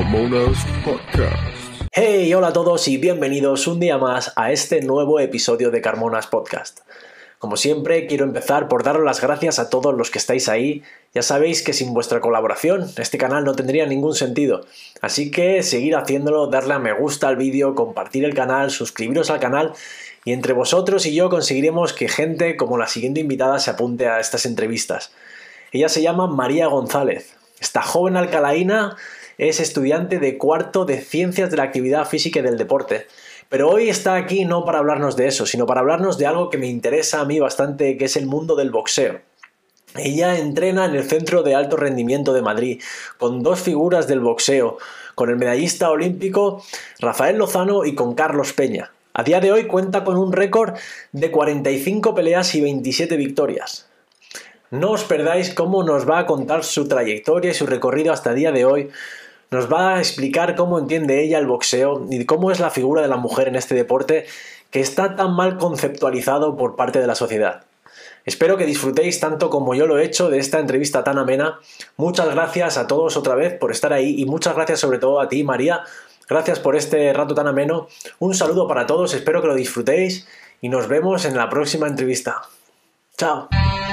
Carmonas Podcast. Hey, hola a todos y bienvenidos un día más a este nuevo episodio de Carmonas Podcast. Como siempre, quiero empezar por daros las gracias a todos los que estáis ahí. Ya sabéis que sin vuestra colaboración este canal no tendría ningún sentido. Así que seguir haciéndolo, darle a me gusta al vídeo, compartir el canal, suscribiros al canal y entre vosotros y yo conseguiremos que gente como la siguiente invitada se apunte a estas entrevistas. Ella se llama María González. Esta joven alcalaína es estudiante de cuarto de Ciencias de la Actividad Física y del Deporte. Pero hoy está aquí no para hablarnos de eso, sino para hablarnos de algo que me interesa a mí bastante, que es el mundo del boxeo. Ella entrena en el Centro de Alto Rendimiento de Madrid, con dos figuras del boxeo, con el medallista olímpico Rafael Lozano y con Carlos Peña. A día de hoy cuenta con un récord de 45 peleas y 27 victorias. No os perdáis cómo nos va a contar su trayectoria y su recorrido hasta el día de hoy. Nos va a explicar cómo entiende ella el boxeo y cómo es la figura de la mujer en este deporte que está tan mal conceptualizado por parte de la sociedad. Espero que disfrutéis tanto como yo lo he hecho de esta entrevista tan amena. Muchas gracias a todos otra vez por estar ahí y muchas gracias sobre todo a ti, María. Gracias por este rato tan ameno. Un saludo para todos, espero que lo disfrutéis y nos vemos en la próxima entrevista. Chao.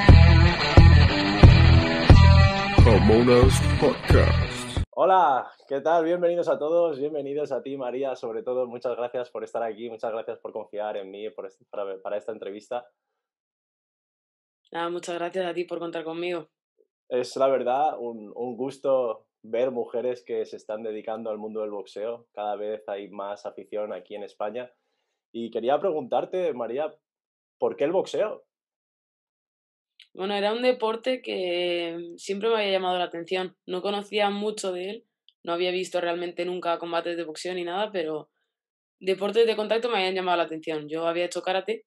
Carmonas Podcast. Hola, ¿qué tal? Bienvenidos a todos, bienvenidos a ti, María, sobre todo muchas gracias por estar aquí, muchas gracias por confiar en mí para esta entrevista. Nada, muchas gracias a ti por contar conmigo. Es la verdad un gusto ver mujeres que se están dedicando al mundo del boxeo, cada vez hay más afición aquí en España y quería preguntarte, María, ¿por qué el boxeo? Bueno, era un deporte que siempre me había llamado la atención. No conocía mucho de él, no había visto realmente nunca combates de boxeo ni nada, pero deportes de contacto me habían llamado la atención. Yo había hecho karate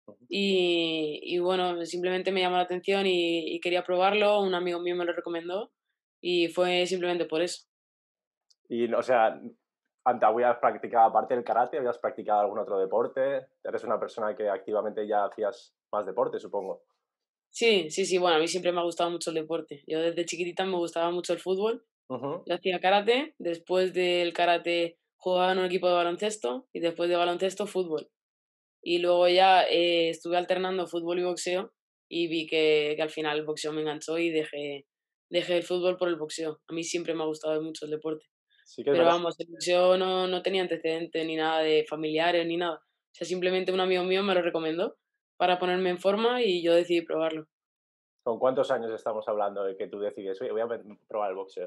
y bueno, simplemente me llamó la atención y quería probarlo, un amigo mío me lo recomendó y fue simplemente por eso. Y, o sea, antes habías practicado, aparte del karate, habías practicado algún otro deporte, eres una persona que activamente ya hacías más deporte, supongo. Sí, bueno, a mí siempre me ha gustado mucho el deporte. Yo desde chiquitita me gustaba mucho el fútbol. Ujú. Yo hacía karate, después del karate jugaba en un equipo de baloncesto y después de baloncesto fútbol. Y luego ya estuve alternando fútbol y boxeo y vi que al final el boxeo me enganchó y dejé el fútbol por el boxeo. A mí siempre me ha gustado mucho el deporte. Sí que es Pero verdad. vamos, el boxeo no tenía antecedentes ni nada de familiares ni nada. O sea, simplemente un amigo mío me lo recomendó para ponerme en forma y yo decidí probarlo. ¿Con cuántos años estamos hablando de que tú decides, oye, voy a probar el boxeo?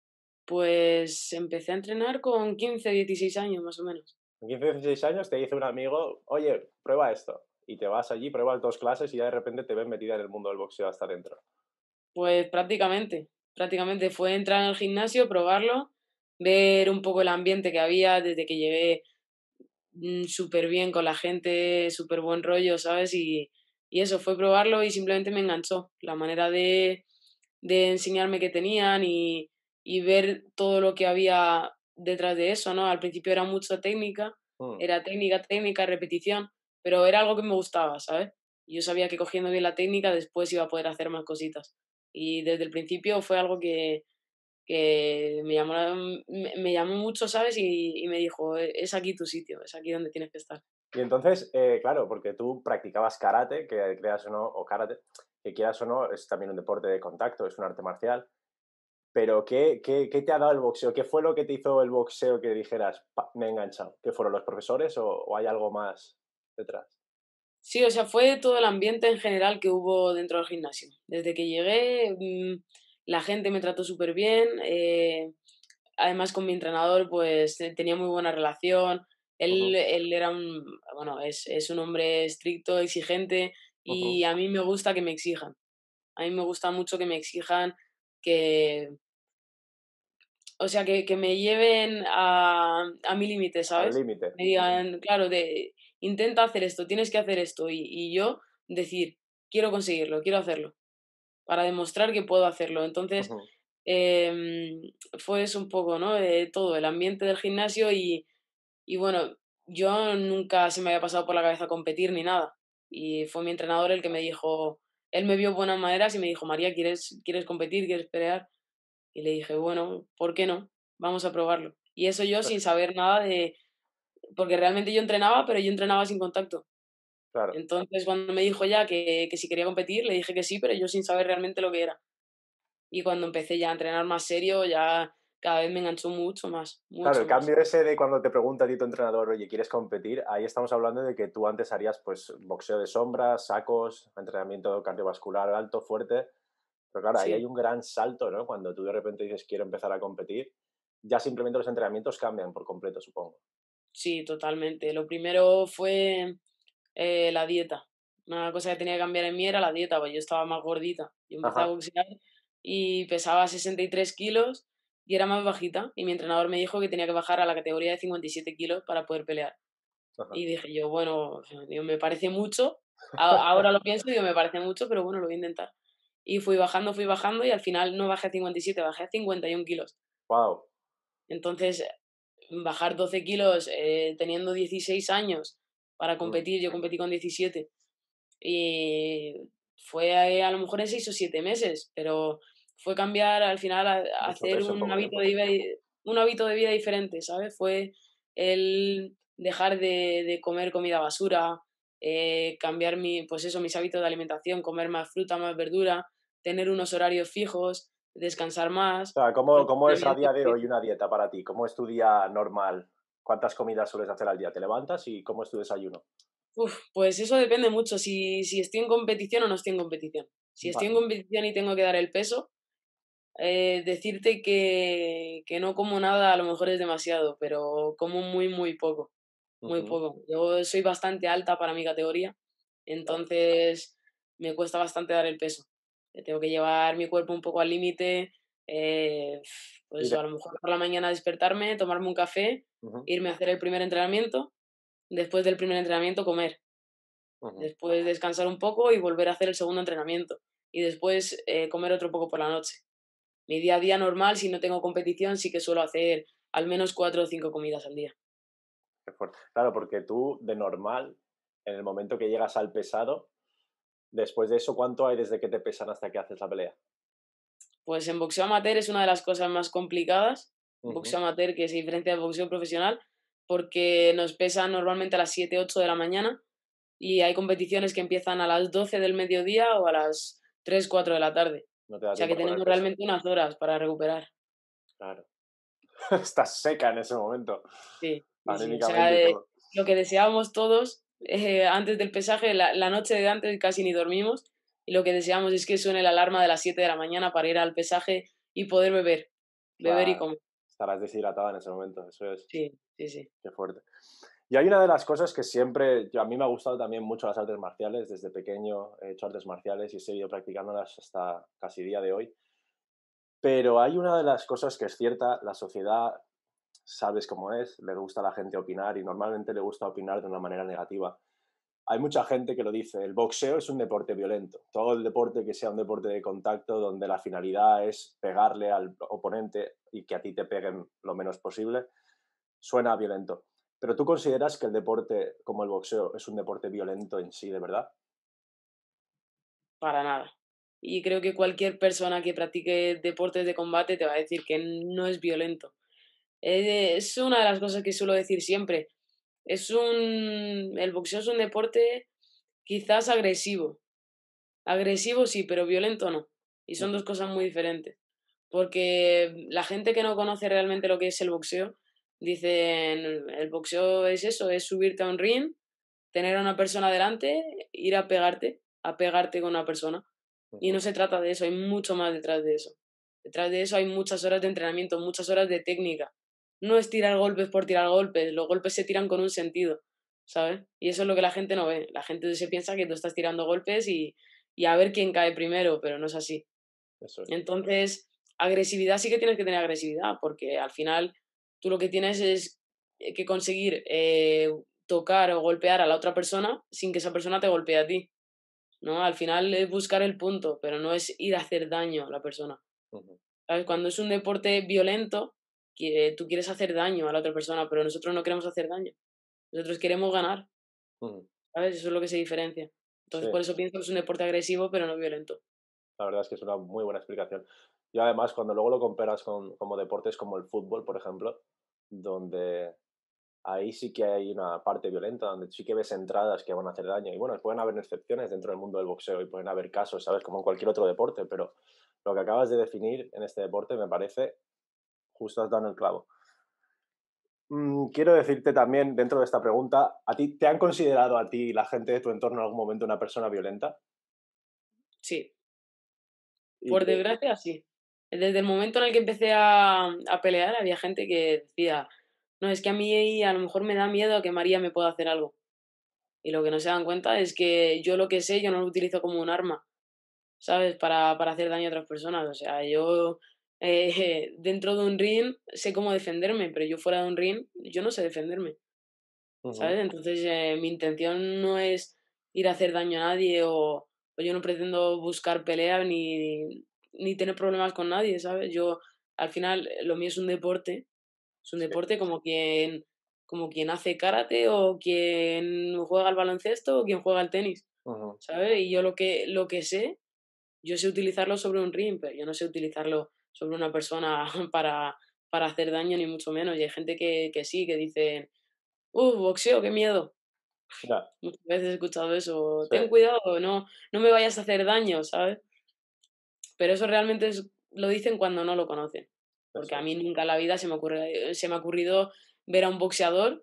Pues empecé a entrenar con 15, 16 años más o menos. Con 15 o 16 años te dice un amigo, oye, prueba esto. Y te vas allí, pruebas 2 clases y ya de repente te ves metida en el mundo del boxeo hasta dentro. Pues prácticamente fue entrar al gimnasio, probarlo, ver un poco el ambiente que había desde que llegué, súper bien con la gente, súper buen rollo, ¿sabes? Y eso, fue probarlo y simplemente me enganchó. La manera de enseñarme que tenían y ver todo lo que había detrás de eso, ¿no? Al principio era mucha técnica, Mm. era técnica, repetición, pero era algo que me gustaba, ¿sabes? Y yo sabía que cogiendo bien la técnica después iba a poder hacer más cositas. Y desde el principio fue algo que me llamó mucho, ¿sabes? Y me dijo, Es aquí tu sitio, es aquí donde tienes que estar". Y entonces, claro, porque tú practicabas karate, que creas o no, o karate, que quieras o no, es también un deporte de contacto, es un arte marcial. Pero ¿qué te ha dado el boxeo? ¿Qué fue lo que te hizo el boxeo que dijeras, "Pa, me he enganchado"? ¿Qué fueron los profesores o hay algo más detrás? Sí, o sea, fue todo el ambiente en general que hubo dentro del gimnasio. Desde que llegué, la gente me trató súper bien. Además, con mi entrenador, pues tenía muy buena relación. Ujú, Él era bueno, es un hombre estricto, exigente, ujú. y a mí me gusta que me exijan. A mí me gusta mucho que me exijan, que, o sea, que me lleven a mi límite, Al ¿sabes? límite. Me Ujú, digan, claro, intenta hacer esto, tienes que hacer esto, y yo decir, quiero conseguirlo, quiero hacerlo, para demostrar que puedo hacerlo. Entonces, ujú. em, fue eso un poco, ¿no? De todo, el ambiente del gimnasio y bueno, yo nunca se me había pasado por la cabeza competir ni nada. Y fue mi entrenador el que me dijo, él me vio buenas maneras y me dijo, María, ¿quieres competir? ¿Quieres pelear? Y le dije, bueno, ¿por qué no? vamos a probarlo. Y eso yo sin saber nada de... Porque realmente yo entrenaba, pero yo entrenaba sin contacto. Claro. Entonces, cuando me dijo ya que si quería competir, le dije que sí, pero yo sin saber realmente lo que era. Y cuando empecé ya a entrenar más serio, ya cada vez me enganchó mucho más, Claro, el mucho más. cambio ese de cuando te pregunta a ti tu entrenador, oye, ¿quieres competir? Ahí estamos hablando de que tú antes harías pues boxeo de sombras, sacos, entrenamiento cardiovascular alto, fuerte. Pero claro, ahí hay Sí, un gran salto, ¿no? Cuando tú de repente dices quiero empezar a competir, ya simplemente los entrenamientos cambian por completo, supongo. sí, totalmente. Lo primero fue la dieta. Una cosa que tenía que cambiar en mí era la dieta, porque yo estaba más gordita. Yo empecé a Ajá, boxear y pesaba 63 kilos y era más bajita. Y mi entrenador me dijo que tenía que bajar a la categoría de 57 kilos para poder pelear. ajá. Y dije yo, bueno, digo, me parece mucho. Ahora lo pienso y digo, me parece mucho, pero bueno, lo voy a intentar. Y fui bajando y al final no bajé a 57, bajé a 51 kilos. Wow. Entonces, bajar 12 kilos teniendo 16 años para competir, yo competí con 17 y fue a lo mejor en 6 o 7 meses, pero fue cambiar al final a Mucho hacer peso en un poco hábito tiempo. de vida, un hábito de vida diferente, ¿sabes? Fue el dejar de comer comida basura, cambiar pues eso, mis hábitos de alimentación, comer más fruta, más verdura, tener unos horarios fijos, descansar O más, sea, los ¿cómo es a entrenamientos. día de hoy una dieta para ti? ¿Cómo es tu día normal? ¿Cuántas comidas sueles hacer al día? ¿Te levantas y cómo es tu desayuno? Pues eso depende mucho, si estoy en competición o no estoy en competición. Si estoy en Vale. competición y tengo que dar el peso, decirte que no como nada a lo mejor es demasiado, pero como muy, muy poco, muy Ujú, poco. Yo soy bastante alta para mi categoría, claro. entonces me cuesta bastante dar el peso. Tengo que llevar mi cuerpo un poco al límite, eh, pues Y de- eso, a lo mejor por la mañana despertarme, tomarme un café, ujú, irme a hacer el primer entrenamiento, después del primer entrenamiento comer. ujú. Después descansar un poco y volver a hacer el segundo entrenamiento. Y después comer otro poco por la noche. Mi día a día normal, si no tengo competición, sí que suelo hacer al menos 4 o 5 comidas al día. Qué fuerte. Claro, porque tú de normal, en el momento que llegas al pesado, después de eso, ¿cuánto hay desde que te pesan hasta que haces la pelea? Pues en boxeo amateur es una de las cosas más complicadas, Ujú. boxeo amateur que se diferencia del boxeo profesional, porque nos pesan normalmente a las 7 8 de la mañana y hay competiciones que empiezan a las 12 del mediodía o a las 3 4 de la tarde. No te O da sea que tiempo a poner tenemos peso. realmente unas horas para recuperar. Claro. Estás seca en ese momento, Sí, sí, sí. O sea, anímicamente y todo. lo que deseábamos todos antes del pesaje, la noche de antes casi ni dormimos, y lo que deseamos es que suene la alarma de las 7 de la mañana para ir al pesaje y poder beber y Claro. comer. Estarás deshidratada en ese momento, eso es. Sí, sí, sí. Qué fuerte. Y hay una de las cosas que siempre, a mí me ha gustado también mucho las artes marciales, desde pequeño he hecho artes marciales y he seguido practicándolas hasta casi día de hoy, pero hay una de las cosas que es cierta, la sociedad, sabes cómo es, le gusta a la gente opinar y normalmente le gusta opinar de una manera negativa. Hay mucha gente que lo dice, el boxeo es un deporte violento, todo el deporte que sea un deporte de contacto donde la finalidad es pegarle al oponente y que a ti te peguen lo menos posible, suena violento. Pero tú consideras que el deporte como el boxeo es un deporte violento en sí, de verdad? Para nada. Y creo que cualquier persona que practique deportes de combate te va a decir que no es violento. Es una de las cosas que suelo decir siempre. El boxeo es un deporte quizás agresivo. Agresivo sí, pero violento no. Y son Ujú, dos cosas muy diferentes. Porque la gente que no conoce realmente lo que es el boxeo, dicen, el boxeo es eso, es subirte a un ring, tener a una persona delante, ir a pegarte con una persona. Y no ujú, se trata de eso, hay mucho más detrás de eso. Detrás de eso hay muchas horas de entrenamiento, muchas horas de técnica. No es tirar golpes por tirar golpes, los golpes se tiran con un sentido, ¿sabes? Y eso es lo que la gente no ve. La gente se piensa que tú estás tirando golpes y a ver quién cae primero, pero no es así. eso es. Entonces, agresividad sí que tienes que tener agresividad, porque al final tú lo que tienes es que conseguir tocar o golpear a la otra persona sin que esa persona te golpee a ti, ¿no? Al final es buscar el punto, pero no es ir a hacer daño a la persona. Ujú, ¿Sabes? Cuando es un deporte violento, que tú quieres hacer daño a la otra persona, pero nosotros no queremos hacer daño. Nosotros queremos ganar, ujú. ¿sabes? Eso es lo que se diferencia. Sí. Entonces, por eso pienso que es un deporte agresivo, pero no violento. La verdad es que es una muy buena explicación. Y además, cuando luego lo comparas con como deportes como el fútbol, por ejemplo, donde ahí sí que hay una parte violenta, donde sí que ves entradas que van a hacer daño. Y bueno, pueden haber excepciones dentro del mundo del boxeo y pueden haber casos, ¿sabes? Como en cualquier otro deporte, pero lo que acabas de definir en este deporte me parece justo has dado en el clavo. Quiero decirte también, dentro de esta pregunta, ¿a ti te han considerado a ti la gente de tu entorno en algún momento una persona violenta? Sí, Y por que, desgracia sí. Desde el momento en el que empecé a pelear había gente que decía, no, es que a mí a lo mejor me da miedo a que María me pueda hacer algo. Y lo que no se dan cuenta es que yo lo que sé, yo no lo utilizo como un arma, ¿sabes? Para hacer daño a otras personas. O sea, yo dentro de un ring sé cómo defenderme, pero yo fuera de un ring, yo no sé defenderme, ujú, ¿sabes? Entonces mi intención no es ir a hacer daño a nadie o yo no pretendo buscar pelea ni tener problemas con nadie, ¿sabes? Yo al final lo mío es un sí, deporte como quien hace karate o quien juega al baloncesto o quien juega al tenis, ujú, ¿sabes? Y yo lo que sé, yo sé utilizarlo sobre un ring, pero yo no sé utilizarlo sobre una persona para hacer daño, ni mucho menos. Y hay gente que sí, que dice, boxeo, qué miedo. ya, Muchas veces he escuchado eso, sí, ten cuidado, no me vayas a hacer daño, ¿sabes? Pero eso realmente lo dicen cuando no lo conocen. Porque eso a es. mí nunca en la vida se me ha ocurrido ver a un boxeador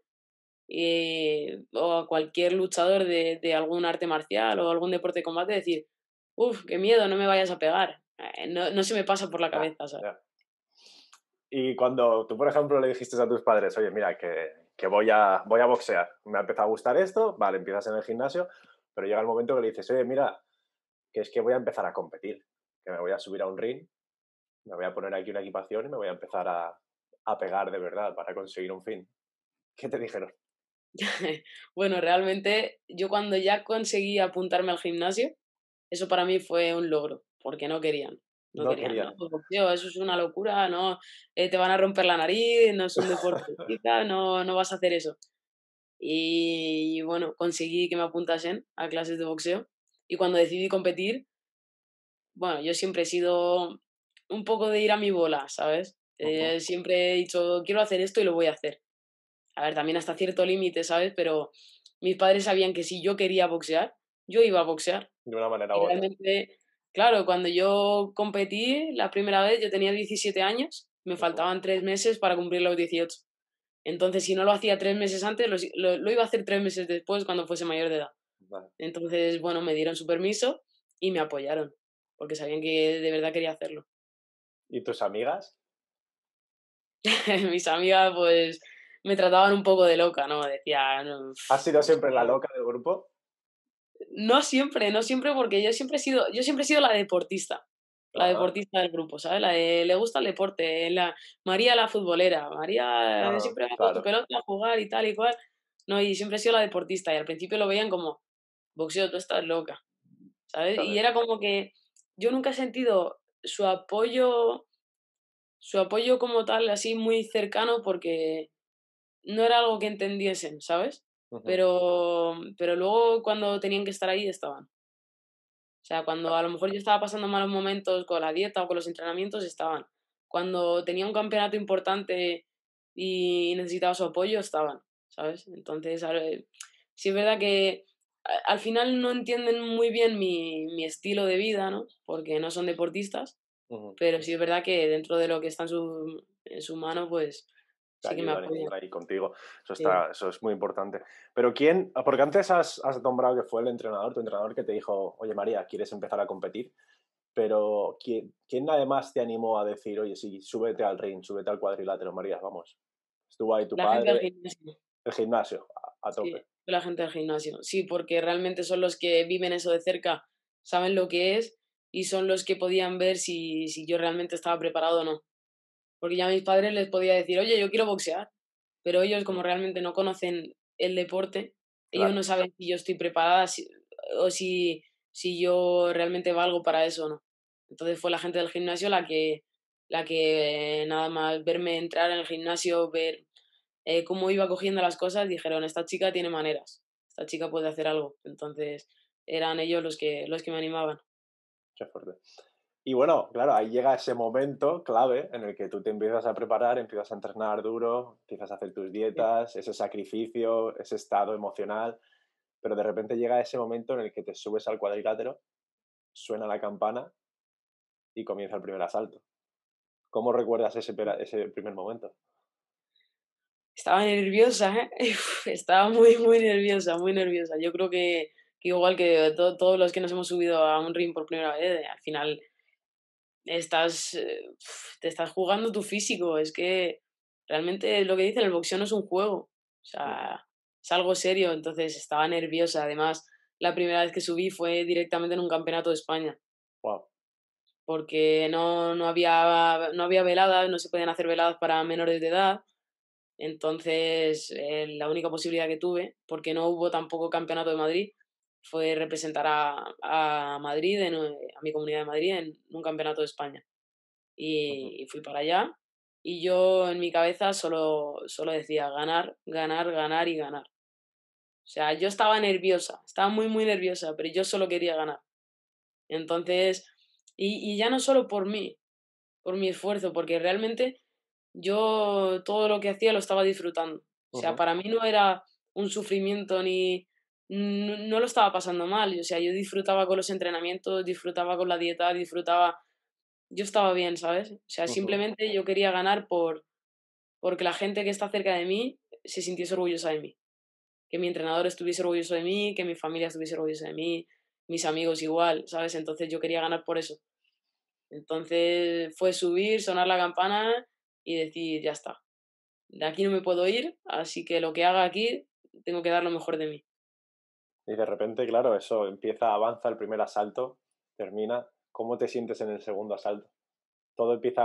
o a cualquier luchador de algún arte marcial o algún deporte de combate decir, qué miedo, no me vayas a pegar. No se me pasa por la Ya, cabeza, ¿sabes? ya. Y cuando tú, por ejemplo, le dijiste a tus padres, oye, mira, que voy a boxear, me ha empezado a gustar esto, vale, empiezas en el gimnasio, pero llega el momento que le dices, oye, mira, que es que voy a empezar a competir, que me voy a subir a un ring, me voy a poner aquí una equipación y me voy a empezar a pegar de verdad para conseguir un fin. ¿Qué te dijeron? Bueno, realmente yo cuando ya conseguí apuntarme al gimnasio, eso para mí fue un logro, porque no querían. No No querían, no, querían. pues boxeo, eso es una locura, no, te van a romper la nariz, no es un deporte de chica, no vas a hacer eso. Y bueno, conseguí que me apuntasen a clases de boxeo. Y cuando decidí competir, bueno, yo siempre he sido un poco de ir a mi bola, ¿sabes? Ujú, Siempre he dicho, quiero hacer esto y lo voy a hacer. A ver, también hasta cierto límite, ¿sabes? Pero mis padres sabían que si yo quería boxear, yo iba a boxear. de una manera Y u otra. realmente, claro, cuando yo competí la primera vez, yo tenía 17 años, me Ujú, faltaban 3 meses para cumplir los 18. Entonces, si no lo hacía 3 meses antes, lo iba a hacer 3 meses después cuando fuese mayor de edad. vale. Entonces, bueno, me dieron su permiso y me apoyaron, porque sabían que de verdad quería hacerlo. ¿Y tus amigas? Mis amigas, pues, me trataban un poco de loca, ¿no? Decían, ¿Has sido o siempre la sea, loca del grupo? no siempre, porque yo siempre he sido la Ajá, deportista del grupo, ¿sabes? La de le gusta el deporte, María la futbolera, María ajá, siempre va con su claro, pelota a jugar y tal y cual. No, y siempre he sido la deportista y al principio lo veían como, boxeo, tú estás loca, ¿sabes? Y claro. era como que yo nunca he sentido su apoyo como tal, así muy cercano, porque no era algo que entendiesen, ¿sabes? Ujú, Pero luego cuando tenían que estar ahí, estaban. O sea, cuando vale, a lo mejor yo estaba pasando malos momentos con la dieta o con los entrenamientos, estaban. Cuando tenía un campeonato importante y necesitaba su apoyo, estaban, ¿sabes? Entonces, sí es verdad que al final no entienden muy bien mi estilo de vida, ¿no? Porque no son deportistas, ujú. pero sí es verdad que dentro de lo que está en su mano, pues Te sí que me ayudan y apoyan. están ahí contigo. Sí. Eso es muy importante. Pero porque antes has nombrado que fue el entrenador, tu entrenador que te dijo, oye María, ¿quieres empezar a competir? Pero ¿quién además te animó a decir, oye, sí, súbete al ring, súbete al cuadrilátero, María, vamos? Estuvo ahí tu La gente del padre, gimnasio. el gimnasio, a Sí, tope. la gente del gimnasio. Sí, porque realmente son los que viven eso de cerca, saben lo que es y son los que podían ver si yo realmente estaba preparado o no. Porque ya a mis padres les podía decir, oye, yo quiero boxear, pero ellos Ujú, como realmente no conocen el deporte, ellos claro. no saben si yo estoy preparada o si yo realmente valgo para eso o no. Entonces fue la gente del gimnasio la que nada más verme entrar en el gimnasio, ver cómo iba cogiendo las cosas, dijeron, esta chica tiene maneras, esta chica puede hacer algo. Entonces eran ellos los que me animaban. Qué fuerte. Y bueno, claro, ahí llega ese momento clave en el que tú te empiezas a preparar, empiezas a entrenar duro, empiezas a hacer tus Sí. dietas, ese sacrificio, ese estado emocional, pero de repente llega ese momento en el que te subes al cuadrilátero, suena la campana y comienza el primer asalto. ¿Cómo recuerdas ese primer momento? Estaba nerviosa, ¿eh? Estaba muy, muy nerviosa, muy nerviosa. Yo creo que igual que todos los que nos hemos subido a un ring por primera vez, al final te estás jugando tu físico. Es que realmente lo que dicen, el boxeo no es un juego. O Ujú. sea, es algo serio. Entonces estaba nerviosa. Además, la primera vez que subí fue directamente en un campeonato de España. Wow. Porque no había veladas, no se podían hacer veladas para menores de edad. Entonces, la única posibilidad que tuve, porque no hubo tampoco campeonato de Madrid, fue representar a Madrid, a mi comunidad de Madrid, en un campeonato de España. Ujú. Y fui para allá. Y yo en mi cabeza solo decía ganar, ganar, ganar y ganar. O sea, yo estaba nerviosa, estaba muy, muy nerviosa, pero yo solo quería ganar. Entonces, y ya no solo por mi esfuerzo, porque realmente yo todo lo que hacía lo estaba disfrutando. O sea, Ujú. para mí no era un sufrimiento ni... No lo estaba pasando mal. O sea, yo disfrutaba con los entrenamientos, disfrutaba con la dieta, disfrutaba... Yo estaba bien, ¿sabes? O sea, Ujú. simplemente yo quería ganar porque la gente que está cerca de mí se sintiese orgullosa de mí. Que mi entrenador estuviese orgulloso de mí, que mi familia estuviese orgullosa de mí, mis amigos igual, ¿sabes? Entonces yo quería ganar por eso. Entonces fue subir, sonar la campana y decir, ya está, de aquí no me puedo ir, así que lo que haga aquí tengo que dar lo mejor de mí. Y de repente, claro, eso empieza, avanza el primer asalto, termina. ¿Cómo te sientes en el segundo asalto? ¿Todo empieza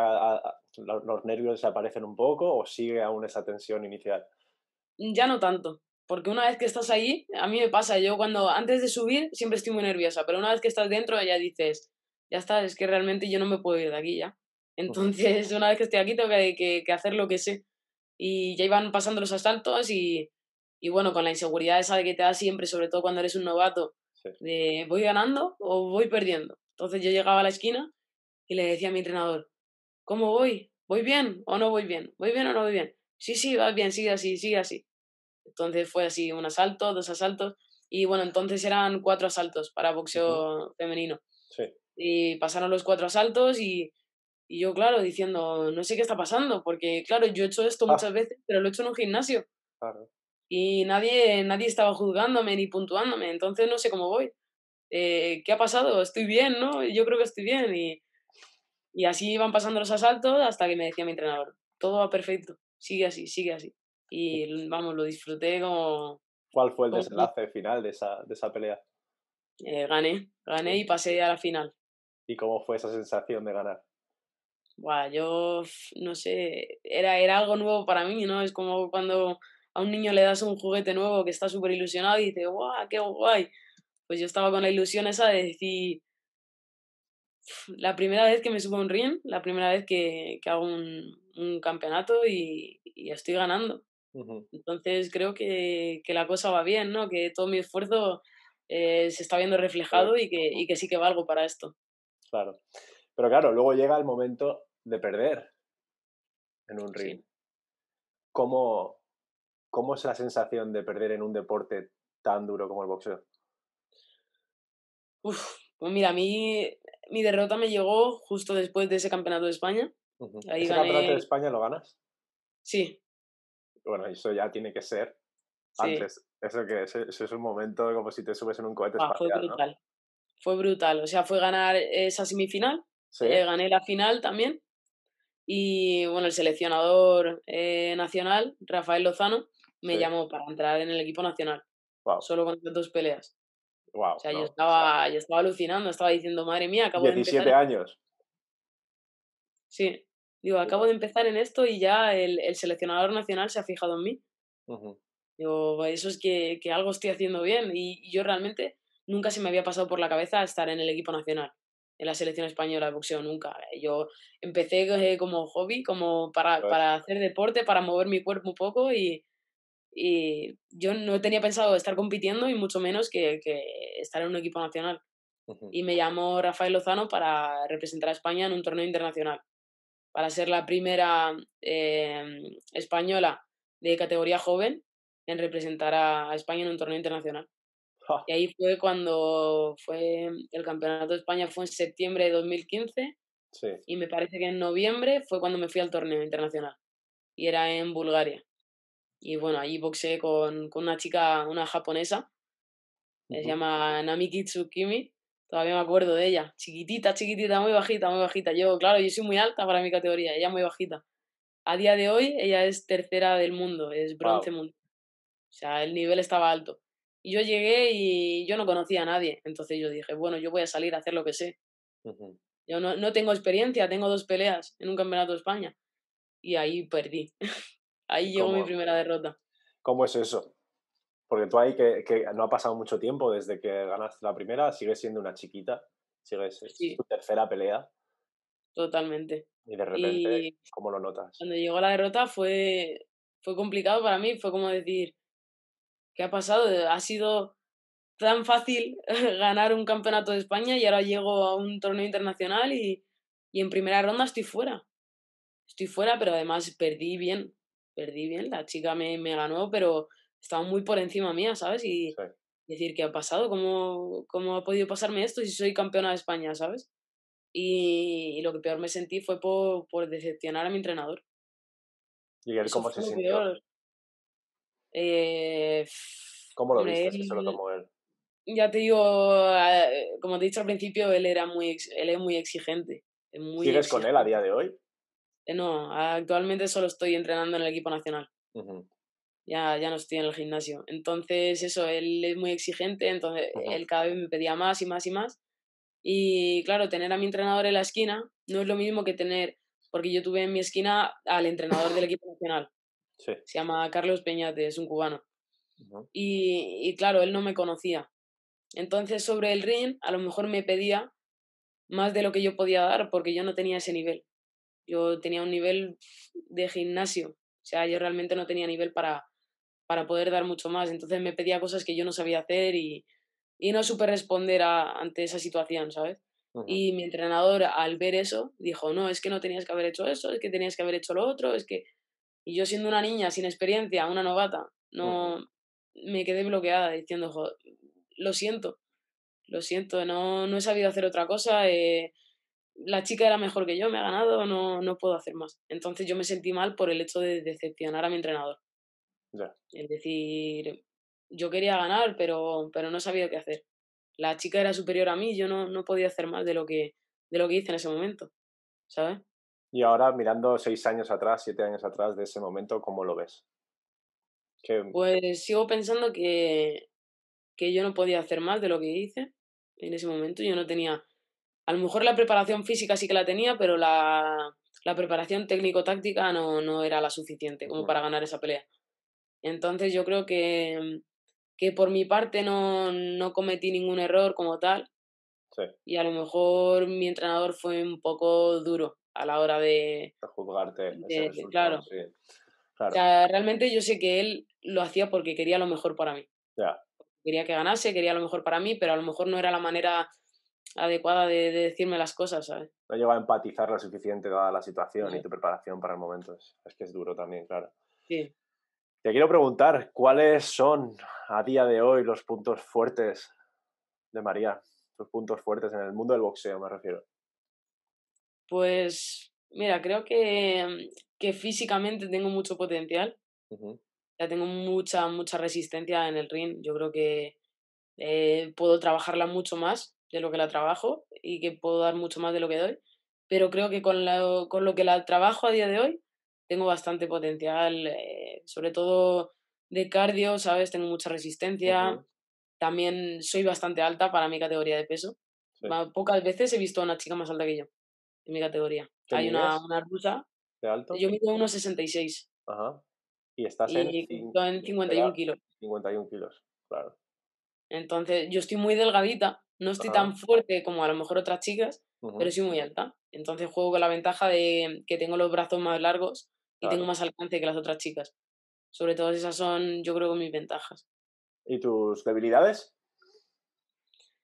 los nervios desaparecen un poco o sigue aún esa tensión inicial? Ya no tanto, porque una vez que estás ahí, a mí me pasa, yo cuando antes de subir siempre estoy muy nerviosa, pero una vez que estás dentro ya dices, ya está, es que realmente yo no me puedo ir de aquí ya. Ujú. Entonces, una vez que estoy aquí tengo que hacer lo que sé. Y ya iban pasando los asaltos y bueno, con la inseguridad esa de que te da siempre, sobre todo cuando eres un novato, Sí. de ¿voy ganando o voy perdiendo? Entonces yo llegaba a la esquina y le decía a mi entrenador, ¿cómo voy? ¿Voy bien o no voy bien? ¿Voy bien o no voy bien? Sí, sí, vas bien, sigue así, sigue así. Entonces fue así, un asalto, dos asaltos, y bueno, entonces eran 4 asaltos para Ujú. boxeo femenino. Sí, Y pasaron los 4 asaltos y yo, claro, diciendo, no sé qué está pasando, porque claro, yo he hecho esto ah, muchas veces, pero lo he hecho en un gimnasio claro. y nadie estaba juzgándome ni puntuándome, entonces no sé cómo voy. ¿Qué ha pasado? Estoy bien, ¿no? Yo creo que estoy bien. Y así iban pasando los asaltos hasta que me decía mi entrenador, todo va perfecto, sigue así, sigue así. ¿Y Y vamos, lo disfruté cuál fue el como desenlace final de esa pelea? gané y pasé a la final. ¿Y cómo fue esa sensación de ganar? Buah, yo no sé, era algo nuevo para mí, ¿no? Es como cuando a un niño le das un juguete nuevo que está súper ilusionado y dice, ¡guau, qué guay! Pues yo estaba con la ilusión esa de decir, la primera vez que me subo a un ring, la primera vez que hago un campeonato y estoy ganando. Ujú. Entonces creo que la cosa va bien, ¿no? Que todo mi esfuerzo se está viendo reflejado Ujú. y que sí que valgo para esto. Claro. Pero claro, luego llega el momento de perder en un ring. Sí. ¿Cómo, cómo es la sensación de perder en un deporte tan duro como el boxeo? Uf, pues mira, a mí mi derrota me llegó justo después de ese campeonato de España. Ujú. Ahí ¿Ese campeonato de gané, España lo ganas? sí, Bueno, eso ya tiene que ser sí. antes. Eso que eso es un momento como si te subes en un cohete Fue espacial, ¿no? brutal. Fue brutal. O sea, fue ganar esa semifinal, Sí, gané la final también. Y bueno, el seleccionador nacional, Rafael Lozano, me sí. llamó para entrar en el equipo nacional, Wow, solo con 2 peleas. O wow, sea, no. O sea, yo estaba alucinando, estaba diciendo, madre mía, acabo de empezar 17 en... años. Sí, digo, acabo Flipas. de empezar en esto y ya el seleccionador nacional se ha fijado en mí. Ujú. Digo, eso es que algo estoy haciendo bien. Y yo realmente nunca se me había pasado por la cabeza estar en el equipo nacional, en la selección española de boxeo, nunca. Yo empecé como hobby, como Pues, para hacer deporte, para mover mi cuerpo un poco y yo no tenía pensado estar compitiendo y mucho menos que estar en un equipo nacional. y me llamó Rafael Lozano para representar a España en un torneo internacional, para ser la primera española de categoría joven en representar a España en un torneo internacional. Ja, Y ahí fue cuando fue el Campeonato de España, fue en septiembre de 2015 sí. y me parece que en noviembre fue cuando me fui al torneo internacional y era en Bulgaria. Y bueno, allí boxeé con una chica, una japonesa, se Ujú. llama Namiki Tsukimi, todavía me acuerdo de ella, chiquitita, chiquitita, muy bajita, muy bajita. Yo, claro, yo soy muy alta para mi categoría, ella muy bajita. A día de hoy ella es tercera del mundo, es bronce Guau. mundial. O sea, el nivel estaba alto. Y yo llegué y yo no conocía a nadie. Entonces yo dije, bueno, yo voy a salir a hacer lo que sé. Ujú. Yo no tengo experiencia, tengo 2 peleas en un campeonato de España. Y ahí perdí. ¿Y Ahí llegó mi primera derrota. cómo es eso? Porque tú ahí que no ha pasado mucho tiempo desde que ganaste la primera, sigues siendo una chiquita, es Sí, tu tercera pelea totalmente. y de repente, Y ¿cómo lo notas? cuando llegó la derrota fue complicado para mí. Fue como decir, ¿qué ha pasado? Ha sido tan fácil ganar un campeonato de España y ahora llego a un torneo internacional y en primera ronda estoy fuera. Estoy fuera, pero además perdí bien. Perdí bien. La chica me ganó, pero estaba muy por encima mía, ¿sabes? Y Sí. decir, ¿qué ha pasado? ¿Cómo ha podido pasarme esto si soy campeona de España, ¿sabes? Y lo que peor me sentí fue por decepcionar a mi entrenador. ¿Y él Eso cómo se fue lo sintió? peor. ¿Cómo lo Hombre, viste que se lo tomó él? ya te digo, como te he dicho al principio, él es muy exigente. Es muy ¿Sigues con él a exigente. día de hoy? No, actualmente solo estoy entrenando en el equipo nacional. Ujú, Ya no estoy en el gimnasio. Entonces, eso, él es muy exigente, entonces ujú. él cada vez me pedía más y más y más. Y claro, tener a mi entrenador en la esquina no es lo mismo que tener, porque yo tuve en mi esquina al entrenador del equipo nacional. Sí. Se llama Carlos Peñate, es un cubano. Ujú, Y claro, él no me conocía. Entonces, sobre el ring, a lo mejor me pedía más de lo que yo podía dar, porque yo no tenía ese nivel. Yo tenía un nivel de gimnasio. O sea, yo realmente no tenía nivel para poder dar mucho más. Entonces me pedía cosas que yo no sabía hacer y no supe responder ante esa situación, ¿sabes? ujú, Y mi entrenador, al ver eso, dijo, no, es que no tenías que haber hecho eso, es que tenías que haber hecho lo otro, es que... Y yo siendo una niña sin experiencia, una novata, ujú. no me quedé bloqueada diciendo, "Jo, lo siento, no he sabido hacer otra cosa, la chica era mejor que yo, me ha ganado, no puedo hacer más". Entonces yo me sentí mal por el hecho de decepcionar a mi entrenador. Ya. Es decir, yo quería ganar, pero no sabía qué hacer. La chica era superior a mí, yo no podía hacer más de lo que hice en ese momento, ¿sabes? Y ahora mirando 6 años atrás, 7 años atrás de ese momento, ¿cómo lo ves? Que Pues sigo pensando que yo no podía hacer más de lo que hice en ese momento. Yo no tenía, a lo mejor la preparación física sí que la tenía, pero la preparación técnico-táctica no era la suficiente como ujú, para ganar esa pelea. Entonces yo creo que por mi parte no cometí ningún error como tal sí, y a lo mejor mi entrenador fue un poco duro a la hora de juzgarte ese claro. resultado, sí. O Claro, sea, realmente yo sé que él lo hacía porque quería lo mejor para mí. ya. Quería que ganase, quería lo mejor para mí, pero a lo mejor no era la manera adecuada de decirme las cosas, ¿sabes? No llego a empatizar lo suficiente dada la situación y No, tu preparación para el momento. Es que es duro también, claro. sí. Te quiero preguntar, ¿cuáles son a día de hoy los puntos fuertes de María? Los puntos fuertes en el mundo del boxeo, me refiero. Pues mira, creo que físicamente tengo mucho potencial, Ujú, ya tengo mucha resistencia en el ring. Yo creo que puedo trabajarla mucho más de lo que la trabajo y que puedo dar mucho más de lo que doy, pero creo que con lo que la trabajo a día de hoy tengo bastante potencial, sobre todo de cardio, ¿sabes? Tengo mucha resistencia, ujú, también soy bastante alta para mi categoría de peso. sí. Pocas veces he visto a una chica más alta que yo en mi categoría. ¿Qué Hay una, mides una rusa, de alto? yo mido 1,66 Ajá. Y estás en y compito en 51 kilos. 51 kilos. Claro. Entonces, yo estoy muy delgadita, no estoy Ajá. tan fuerte como a lo mejor otras chicas, pero Ujú, soy muy alta. Entonces juego con la ventaja de que tengo los brazos más largos y tengo claro. más alcance que las otras chicas. Sobre todo esas son, yo creo, mis ventajas. ¿Y tus debilidades?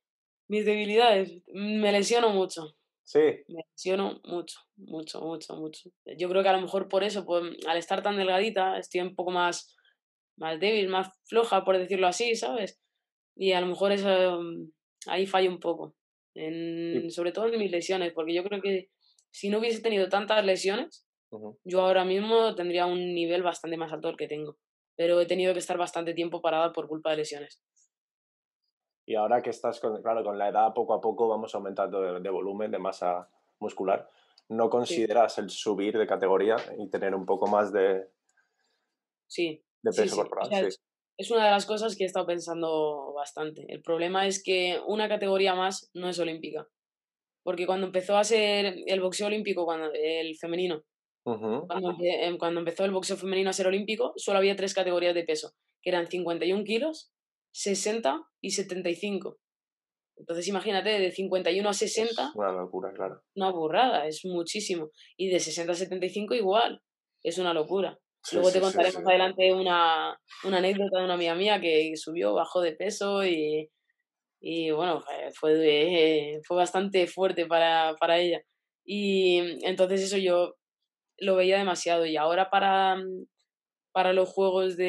Mis debilidades, me lesiono mucho. Sí, Me lesiono mucho, mucho, mucho, mucho. Yo creo que a lo mejor por eso, pues, al estar tan delgadita, estoy un poco más débil, más floja, por decirlo así, ¿sabes? Y a lo mejor eso, ahí fallo un poco, y, sobre todo en mis lesiones, porque yo creo que si no hubiese tenido tantas lesiones, ujú. yo ahora mismo tendría un nivel bastante más alto del que tengo. Pero he tenido que estar bastante tiempo parada por culpa de lesiones. Y ahora que estás claro, con la edad poco a poco vamos aumentando de volumen, de masa muscular. ¿No Sí, consideras el subir de categoría y tener un poco más sí, de sí, peso sí. O corporal? sea, Sí. es una de las cosas que he estado pensando bastante. El problema es que una categoría más no es olímpica. Porque cuando empezó a ser el boxeo olímpico, el femenino, Ujú. cuando empezó el boxeo femenino a ser olímpico, solo había 3 categorías de peso, que eran 51 kilos, 60 y 75. Entonces imagínate, de 51 a Es 60, una locura, claro. una burrada, es muchísimo. Y de 60 a 75 igual, es una locura. Sí, Luego te sí, sí, contaré sí. más adelante una anécdota de una amiga mía que subió, bajó de peso y bueno, fue bastante fuerte para ella. Y entonces eso yo lo veía demasiado. Y ahora para los Juegos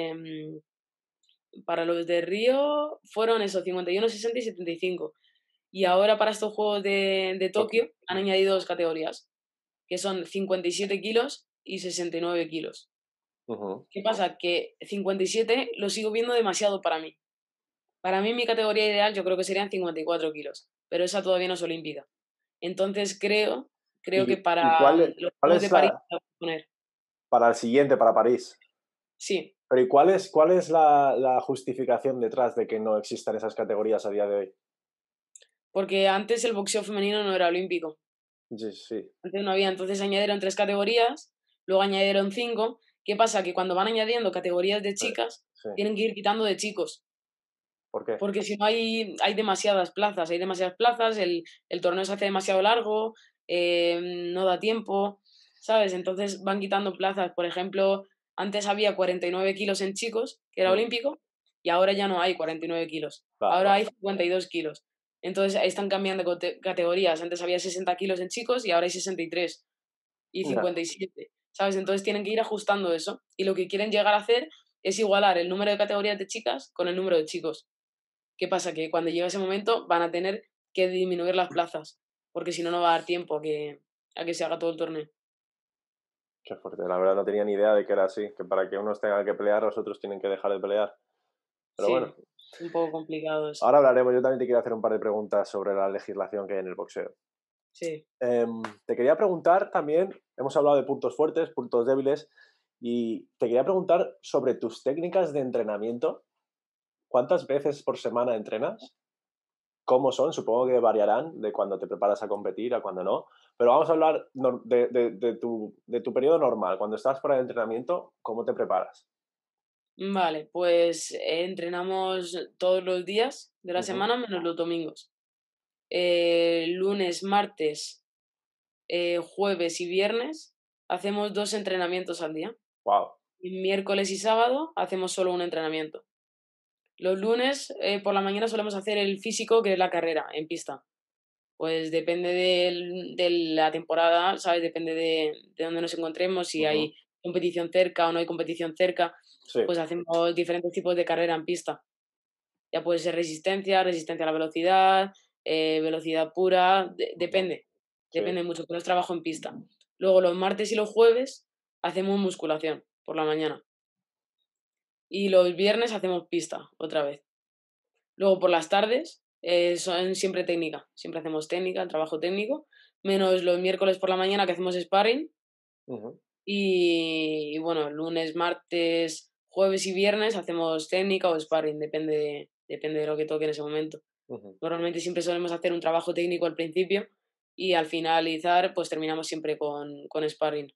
para los de Río fueron eso, 51, 60 y 75. Y ahora para estos Juegos de Tokio. Tokio han añadido 2 categorías, que son 57 kilos y 69 kilos. Ujú. ¿Qué pasa? Que 57 lo sigo viendo demasiado para mí. Para mí mi categoría ideal yo creo que serían 54 kilos, pero esa todavía no es olímpica. Entonces creo que para Y los cuál Juegos es de París la, la voy a poner. para el siguiente, para París? Sí, Pero ¿y cuál es la justificación detrás de que no existan esas categorías a día de hoy? porque antes el boxeo femenino no era olímpico. Sí, sí, Antes no había, entonces añadieron 3 categorías, luego añadieron 5. ¿Qué pasa? Que cuando van añadiendo categorías de sí, chicas, sí. tienen que ir quitando de chicos, ¿Por qué? porque si no hay demasiadas plazas, el torneo se hace demasiado largo, no da tiempo, ¿sabes? Entonces van quitando plazas. Por ejemplo, antes había 49 kilos en chicos, que era Mm, olímpico, y ahora ya no hay 49 kilos, ahora claro. hay 52 kilos. Entonces ahí están cambiando categorías. Antes había 60 kilos en chicos y ahora hay 63 y Ya. 57, ¿sabes? Entonces tienen que ir ajustando eso. Y lo que quieren llegar a hacer es igualar el número de categorías de chicas con el número de chicos. ¿Qué pasa? Que cuando llegue ese momento van a tener que disminuir las plazas, porque si no, no va a dar tiempo a que se haga todo el torneo. Qué fuerte. La verdad no tenía ni idea de que era así, que para que unos tengan que pelear, los otros tienen que dejar de pelear. Pero bueno, Sí, es un poco complicado eso. ahora hablaremos. Yo también te quiero hacer un par de preguntas sobre la legislación que hay en el boxeo. Sí. Te quería preguntar también, hemos hablado de puntos fuertes, puntos débiles, y te quería preguntar sobre tus técnicas de entrenamiento. ¿Cuántas veces por semana entrenas? ¿Cómo son? Supongo que variarán de cuando te preparas a competir a cuando no. Pero vamos a hablar de tu periodo normal. Cuando estás fuera de entrenamiento, ¿cómo te preparas? Vale, pues entrenamos todos los días de la Ujú. semana menos los domingos. Lunes, martes, jueves y viernes hacemos 2 entrenamientos al día. Wow. Y miércoles y sábado hacemos solo un entrenamiento. Los lunes por la mañana solemos hacer el físico, que es la carrera en pista. Pues depende de la temporada, ¿sabes? Depende de dónde nos encontremos, si Ujú. hay competición cerca o no hay competición cerca, Sí. pues hacemos diferentes tipos de carrera en pista. Ya puede ser resistencia a la velocidad, velocidad pura, Ujú. Sí. depende mucho, pero es trabajo en pista. Luego los martes y los jueves hacemos musculación por la mañana y los viernes hacemos pista otra vez. Luego por las tardes son siempre técnica, siempre hacemos técnica, trabajo técnico, menos los miércoles por la mañana que hacemos sparring Ujú. y bueno, lunes, martes, jueves y viernes hacemos técnica o sparring, depende de lo que toque en ese momento. Ujú. Normalmente siempre solemos hacer un trabajo técnico al principio y al finalizar pues terminamos siempre con sparring.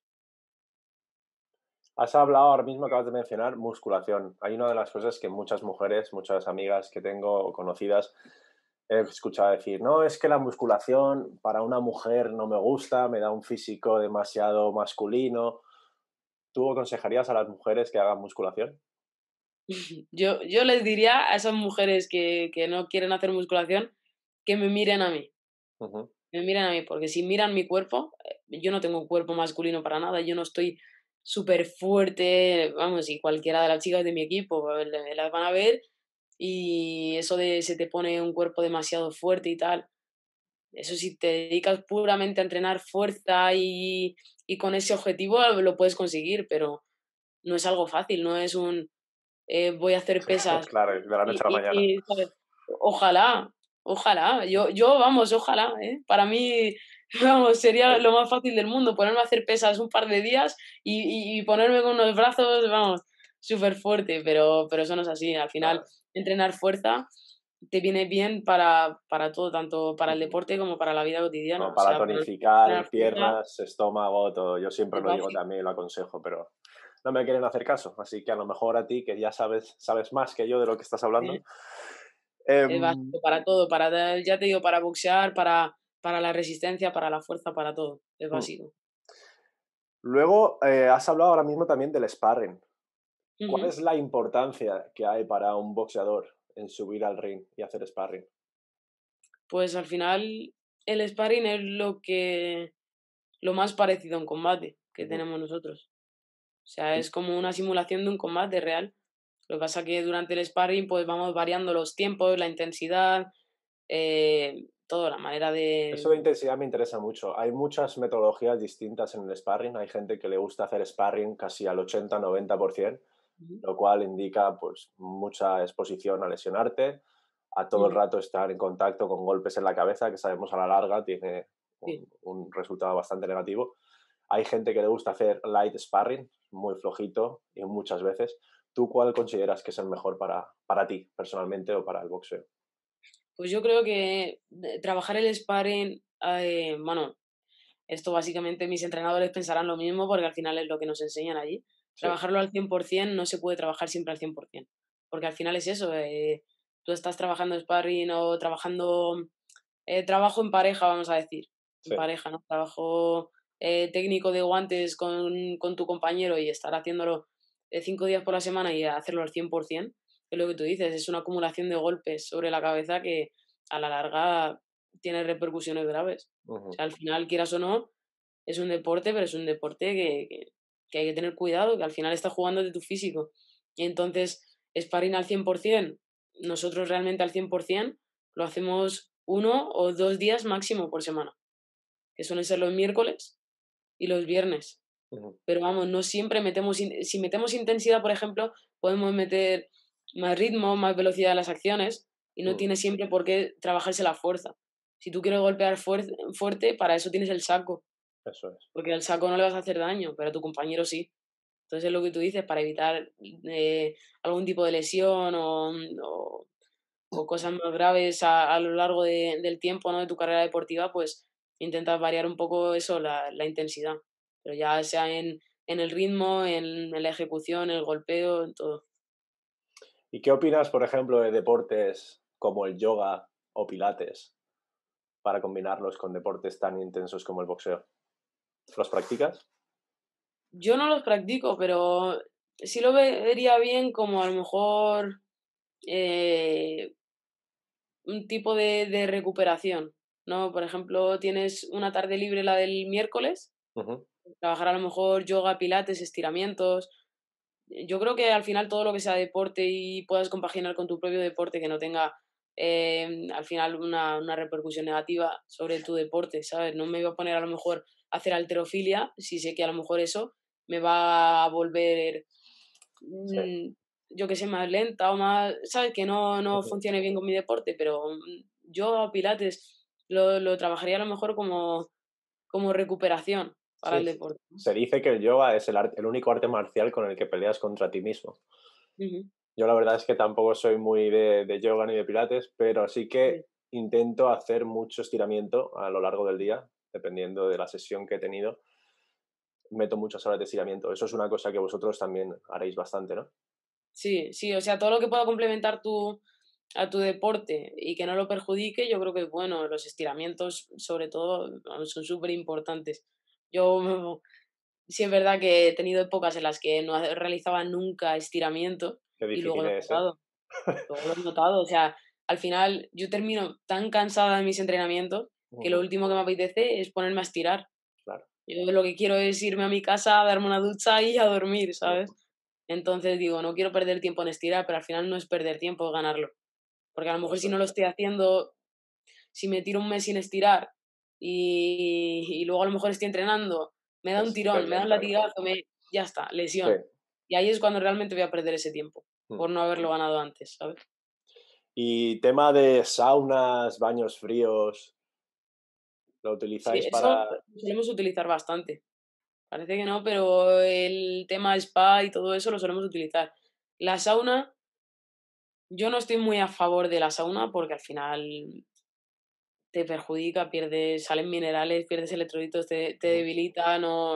Has hablado ahora mismo, acabas de mencionar musculación. Hay una de las cosas que muchas mujeres, muchas amigas que tengo o conocidas, he escuchado decir, no, es que la musculación para una mujer no me gusta, me da un físico demasiado masculino. ¿Tú aconsejarías a las mujeres que hagan musculación? Yo les diría a esas mujeres que no quieren hacer musculación que me miren a mí. Ujú. Me miren a mí, porque si miran mi cuerpo, yo no tengo un cuerpo masculino para nada, yo no estoy súper fuerte, vamos, y cualquiera de las chicas de mi equipo las van a ver y eso de se te pone un cuerpo demasiado fuerte y tal, eso si te dedicas puramente a entrenar fuerza y con ese objetivo lo puedes conseguir, pero no es algo fácil, no es un voy a hacer pesas Claro, de la noche a la mañana. ¿sabes? Ojalá, ojalá, vamos, ojalá, ¿eh? Para mí, vamos, sería Sí. lo más fácil del mundo, ponerme a hacer pesas un par de días y ponerme con los brazos, vamos, súper fuerte, pero eso no es así. Al final, Claro. entrenar fuerza te viene bien para todo, tanto para el Ujú. deporte como para la vida cotidiana. Como O para sea, para tonificar entrenar fuerza piernas, estómago, todo. Yo siempre es lo digo básico. también, lo aconsejo, pero no me quieren hacer caso. Así que a lo mejor a ti, que ya sabes más que yo de lo que estás ¿Eh? hablando. Es em, básico para todo, ya te digo, para boxear, para la resistencia, para la fuerza, para todo. Es mm. básico. Luego, has hablado ahora mismo también del sparring. ¿Cuál Ujú. es la importancia que hay para un boxeador en subir al ring y hacer sparring? Pues al final el sparring es lo más parecido a un combate que Ujú. tenemos nosotros. O sea, Y es como una simulación de un combate real. Lo que pasa que durante el sparring pues vamos variando los tiempos, la intensidad, todo, la manera eso de... de intensidad me interesa mucho. Hay muchas metodologías distintas en el sparring. Hay gente que le gusta hacer sparring casi al 80-90%, Ujú, lo cual indica pues mucha exposición a lesionarte, a todo el ujú, rato estar en contacto con golpes en la cabeza, que sabemos a la larga tiene sí. un resultado bastante negativo. Hay gente que le gusta hacer light sparring, muy flojito y muchas veces. ¿Tú cuál consideras que es el mejor para ti personalmente o para el boxeo? Pues yo creo que trabajar el sparring, bueno, esto básicamente mis entrenadores pensarán lo mismo porque al final es lo que nos enseñan allí. Sí. Trabajarlo al 100% no se puede trabajar siempre al 100%, porque al final es eso, tú estás trabajando sparring o trabajando, trabajo en pareja, vamos a decir, en Sí. pareja, ¿no? Trabajo técnico de guantes con tu compañero y estar haciéndolo 5 días por la semana y hacerlo al 100%, es lo que tú dices, es una acumulación de golpes sobre la cabeza que a la larga tiene repercusiones graves. O Ujú. sea, al final, quieras o no, es un deporte, pero es un deporte que hay que tener cuidado, que al final estás jugando de tu físico. Y entonces, sparring al 100%, nosotros realmente al 100%, lo hacemos 1 o 2 días máximo por semana, que suelen ser los miércoles y los viernes. Ujú. Pero vamos, no siempre metemos, si metemos intensidad, por ejemplo, podemos meter más ritmo, más velocidad en las acciones y no Mm. tiene siempre por qué trabajarse la fuerza. Si tú quieres golpear fuerte, para eso tienes el saco, Eso es. porque al saco no le vas a hacer daño, pero a tu compañero sí. Entonces es lo que tú dices, para evitar algún tipo de lesión o cosas más graves a lo largo del tiempo, ¿no? De tu carrera deportiva, pues intentas variar un poco eso, la intensidad. Pero ya sea en el ritmo, en la ejecución, el golpeo, en todo. ¿Y qué opinas, por ejemplo, de deportes como el yoga o pilates para combinarlos con deportes tan intensos como el boxeo? ¿Los practicas? Yo no los practico, pero sí lo vería bien como a lo mejor eh, un tipo de recuperación, ¿no? Por ejemplo, tienes una tarde libre, la del miércoles, Ujú. trabajar a lo mejor yoga, pilates, estiramientos. Yo creo que al final todo lo que sea deporte y puedas compaginar con tu propio deporte que no tenga al final una repercusión negativa sobre tu deporte, ¿sabes? No me voy a poner a lo mejor a hacer halterofilia si sé que a lo mejor eso me va a volver, Sí. mm, yo que sé, más lenta o más, ¿sabes? Que no Ujú. funcione bien con mi deporte, pero yo pilates lo trabajaría a lo mejor como recuperación para Sí, el deporte, ¿no? se dice que el yoga es el único arte marcial con el que peleas contra ti mismo. Ujú, Yo la verdad es que tampoco soy muy de yoga ni de pilates, pero sí sí. que intento hacer mucho estiramiento a lo largo del día, dependiendo de la sesión que he tenido. Meto muchas horas de estiramiento. Eso es una cosa que vosotros también haréis bastante, ¿no? Sí, sí, o sea, todo lo que pueda complementar a tu deporte y que no lo perjudique, yo creo que es bueno. Los estiramientos, sobre todo, vamos, son súper importantes. Yo sí es verdad que he tenido épocas en las que no realizaba nunca estiramiento Qué y luego difícil lo he es, ¿eh? notado, luego lo he notado, o sea, al final yo termino tan cansada de mis entrenamientos que lo último que me apetece es ponerme a estirar. Claro. Yo lo que quiero es irme a mi casa, darme una ducha y a dormir, ¿sabes? Entonces digo, no quiero perder tiempo en estirar, pero al final no es perder tiempo, es ganarlo. Porque a lo mejor si no lo estoy haciendo, si me tiro un mes sin estirar y luego a lo mejor estoy entrenando, me da un tirón, me da un latigazo, ya está, lesión. Sí. Y ahí es cuando realmente voy a perder ese tiempo, Mm. por no haberlo ganado antes, ¿sabes? Y tema de saunas, baños fríos, ¿lo Sí, utilizáis eso para...? lo solemos utilizar bastante. Parece que no, pero el tema spa y todo eso lo solemos utilizar. La sauna, yo no estoy muy a favor de la sauna porque al final te perjudica, pierdes, salen minerales, pierdes electrolitos, te debilita,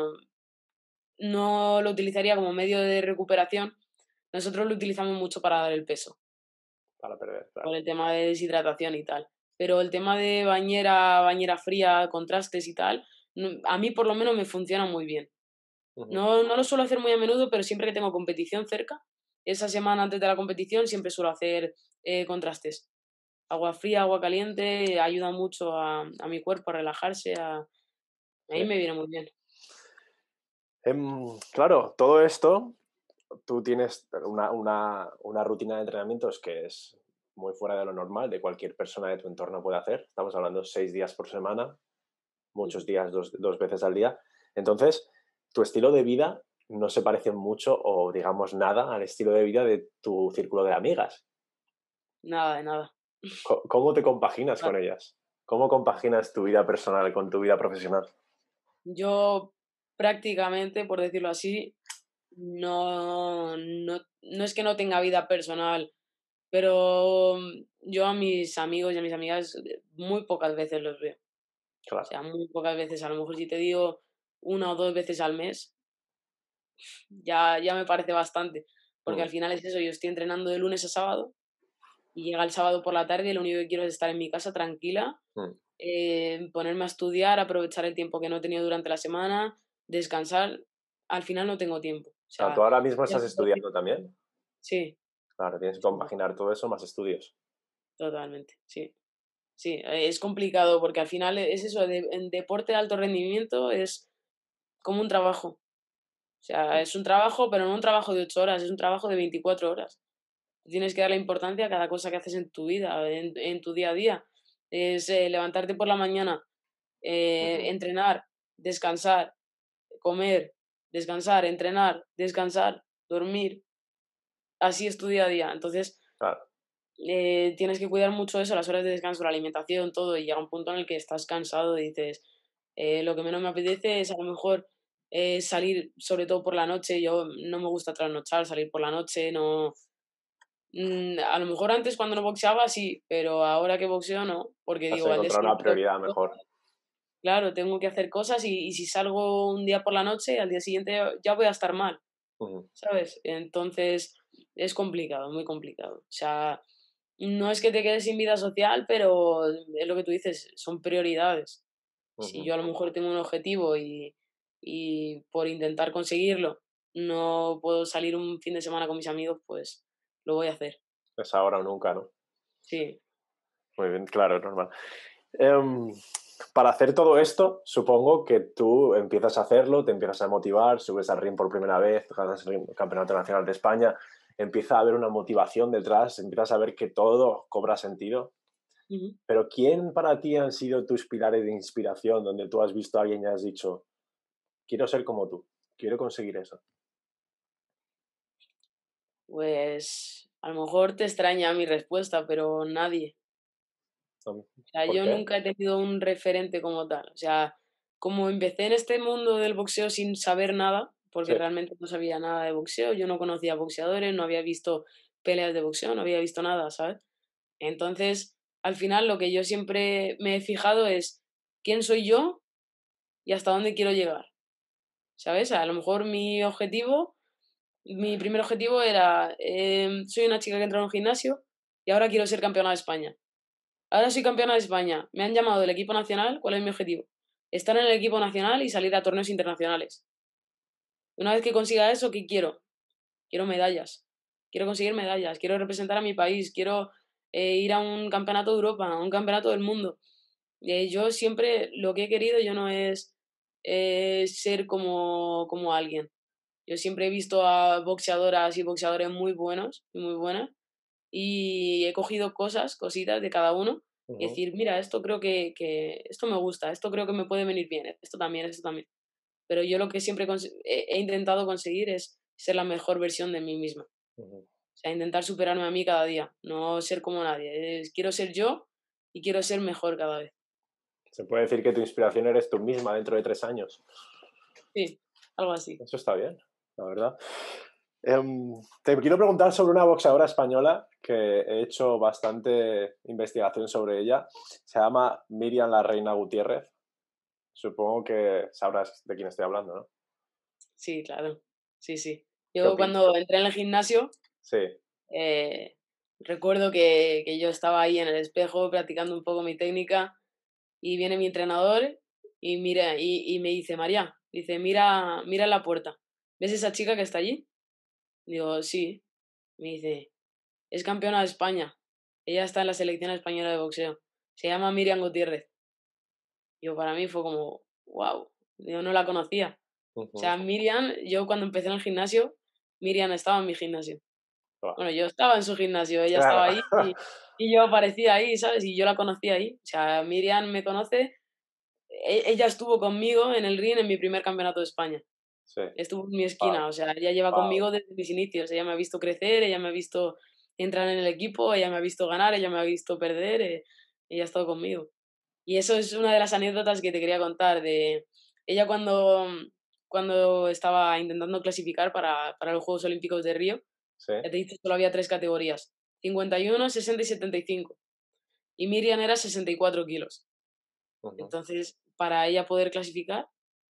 no lo utilizaría como medio de recuperación. Nosotros lo utilizamos mucho para dar el peso, Para perder, claro. por el tema de deshidratación y tal. Pero el tema de bañera fría, contrastes y tal, a mí por lo menos me funciona muy bien. No lo suelo hacer muy a menudo, pero siempre que tengo competición cerca, esa semana antes de la competición siempre suelo hacer contrastes. Agua fría, agua caliente, ayuda mucho a mi cuerpo a relajarse, a mí Sí. me viene muy bien. Claro, todo esto, tú tienes una rutina de entrenamientos que es muy fuera de lo normal, de cualquier persona de tu entorno puede hacer. Estamos hablando 6 días por semana, muchos días, dos veces al día. Entonces, tu estilo de vida no se parece mucho o, digamos, nada al estilo de vida de tu círculo de amigas. Nada de nada. ¿Cómo te compaginas con ellas? ¿Cómo compaginas tu vida personal con tu vida profesional? Yo prácticamente, por decirlo así, no es que no tenga vida personal, pero yo a mis amigos y a mis amigas muy pocas veces los veo. O Claro. sea, muy pocas veces. A lo mejor si te digo 1 o 2 veces al mes, ya me parece bastante. Porque al final es eso, yo estoy entrenando de lunes a sábado y llega el sábado por la tarde y lo único que quiero es estar en mi casa tranquila, ponerme a estudiar, aprovechar el tiempo que no he tenido durante la semana, descansar. Al final no tengo tiempo. O Claro, tú sea, ahora mismo ya estás estudiando también. sí, Claro, tienes que sí, compaginar todo eso más estudios. totalmente, sí. Sí, es complicado porque al final es eso, en deporte de alto rendimiento es como un trabajo. O sea, es un trabajo, pero no un trabajo de 8 horas, es un trabajo de 24 horas. Tienes que darle importancia a cada cosa que haces en tu vida, en tu día a día. Es levantarte por la mañana, entrenar, descansar, comer, descansar, entrenar, descansar, dormir. Así es tu día a día. Entonces, Claro, tienes que cuidar mucho eso, las horas de descanso, la alimentación, todo, y llega un punto en el que estás cansado y dices, lo que menos me apetece es a lo mejor salir, sobre todo por la noche. Yo no me gusta trasnochar, salir por la noche, no. A lo mejor antes cuando no boxeaba sí, pero ahora que boxeo no, porque has digo, al día encontrado una siguiente tengo que prioridad hacer mejor. cosas. Claro, tengo que hacer cosas y si salgo un día por la noche, al día siguiente ya voy a estar mal, Ujú, ¿sabes? Entonces es complicado, muy complicado. O sea, no es que te quedes sin vida social, pero es lo que tú dices, son prioridades. Si ujú. yo a lo mejor tengo un objetivo y por intentar conseguirlo no puedo salir un fin de semana con mis amigos, pues lo voy a hacer. Es ahora o nunca, ¿no? Sí. Muy bien, claro, es normal. Em, para hacer todo esto, supongo que tú empiezas a hacerlo, te empiezas a motivar, subes al ring por primera vez, ganas el Campeonato Nacional de España, empieza a haber una motivación detrás, empiezas a ver que todo cobra sentido. Ujú. Pero ¿quién para ti han sido tus pilares de inspiración, donde tú has visto a alguien y has dicho, quiero ser como tú, quiero conseguir eso? Pues a lo mejor te extraña mi respuesta, pero nadie. O sea, ¿Por yo qué? nunca he tenido un referente como tal. O sea, como empecé en este mundo del boxeo sin saber nada, porque Sí. realmente no sabía nada de boxeo, yo no conocía boxeadores, no había visto peleas de boxeo, no había visto nada, ¿sabes? Entonces, al final lo que yo siempre me he fijado es quién soy yo y hasta dónde quiero llegar, ¿sabes? A lo mejor mi primer objetivo era, soy una chica que entra en un gimnasio y ahora quiero ser campeona de España. Ahora soy campeona de España. Me han llamado del equipo nacional. ¿Cuál es mi objetivo? Estar en el equipo nacional y salir a torneos internacionales. Una vez que consiga eso, ¿qué quiero? Quiero medallas. Quiero conseguir medallas. Quiero representar a mi país. Quiero ir a un campeonato de Europa, a un campeonato del mundo. Yo siempre lo que he querido yo no es ser como alguien. Yo siempre he visto a boxeadoras y boxeadores muy buenos y muy buenas y he cogido cositas de cada uno y Ujú. decir, mira, esto creo que esto me gusta, esto creo que me puede venir bien, esto también, esto también. Pero yo lo que siempre he intentado conseguir es ser la mejor versión de mí misma. Ujú. O sea, intentar superarme a mí cada día, no ser como nadie. Quiero ser yo y quiero ser mejor cada vez. Se puede decir que tu inspiración eres tú misma dentro de 3 años. Sí, algo así. Eso está bien, la verdad. Te quiero preguntar sobre una boxeadora española que he hecho bastante investigación sobre ella. Se llama Miriam La Reina Gutiérrez. Supongo que sabrás de quién estoy hablando, ¿no? Sí, claro. Sí, sí. ¿Qué Yo opinas? cuando entré en el gimnasio, Sí, eh, recuerdo que yo estaba ahí en el espejo practicando un poco mi técnica y viene mi entrenador y mira y me dice, María, dice, mira en la puerta. ¿Ves esa chica que está allí? Digo, sí. Me dice, es campeona de España. Ella está en la selección española de boxeo. Se llama Miriam Gutiérrez. Yo para mí fue como, wow, yo no la conocía. O ujú, sea, Miriam, yo cuando empecé en el gimnasio, Miriam estaba en mi gimnasio. va. Bueno, yo estaba en su gimnasio, ella Claro. estaba ahí y yo aparecía ahí, ¿sabes? Y yo la conocía ahí. O sea, Miriam me conoce, ella estuvo conmigo en el ring en mi primer campeonato de España. Sí, Estuvo en mi wow, esquina, o sea, ella lleva wow. conmigo desde mis inicios. Ella me ha visto crecer, ella me ha visto entrar en el equipo, ella me ha visto ganar, ella me ha visto perder, ella ha estado conmigo. Y eso es una de las anécdotas que te quería contar de ella cuando estaba intentando clasificar para los Juegos Olímpicos de Río, Sí, ya te he dicho, solo había 3 categorías, 51, 60 y 75. Y Miriam era 64 kilos. ujú. Entonces, para ella poder clasificar,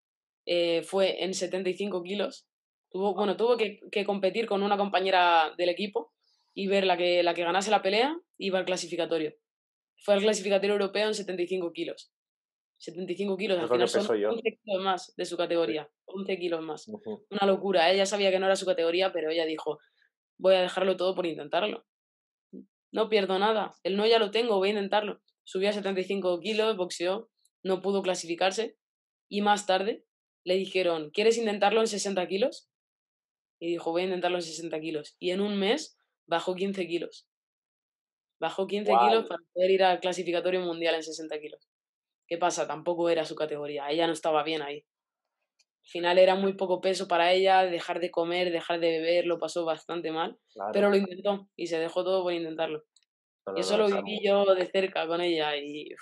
fue en 75 kilos. Tuvo que competir con una compañera del equipo y ver la que ganase la pelea iba al clasificatorio. Fue al clasificatorio europeo en 75 kilos. 75 kilos, Eso al es lo que final son peso yo. 11 kilos más de su Sí, categoría. 11 kilos más. ujú, Una locura. Ella sabía que no era su categoría, pero ella dijo, voy a dejarlo todo por intentarlo. No pierdo nada. El no ya lo tengo, voy a intentarlo. Subió a 75 kilos, boxeó, no pudo clasificarse. Y más tarde le dijeron, ¿quieres intentarlo en 60 kilos? Y dijo, voy a intentarlo en 60 kilos. Y en un mes bajó 15 kilos. Bajó 15 kilos guau, para poder ir al clasificatorio mundial en 60 kilos. ¿Qué pasa? Tampoco era su categoría. Ella no estaba bien ahí. Al final era muy poco peso para ella, dejar de comer, dejar de beber, lo pasó bastante mal. Pero claro. lo intentó y se dejó todo por intentarlo. No, Y no, eso no, lo viví yo de cerca con ella y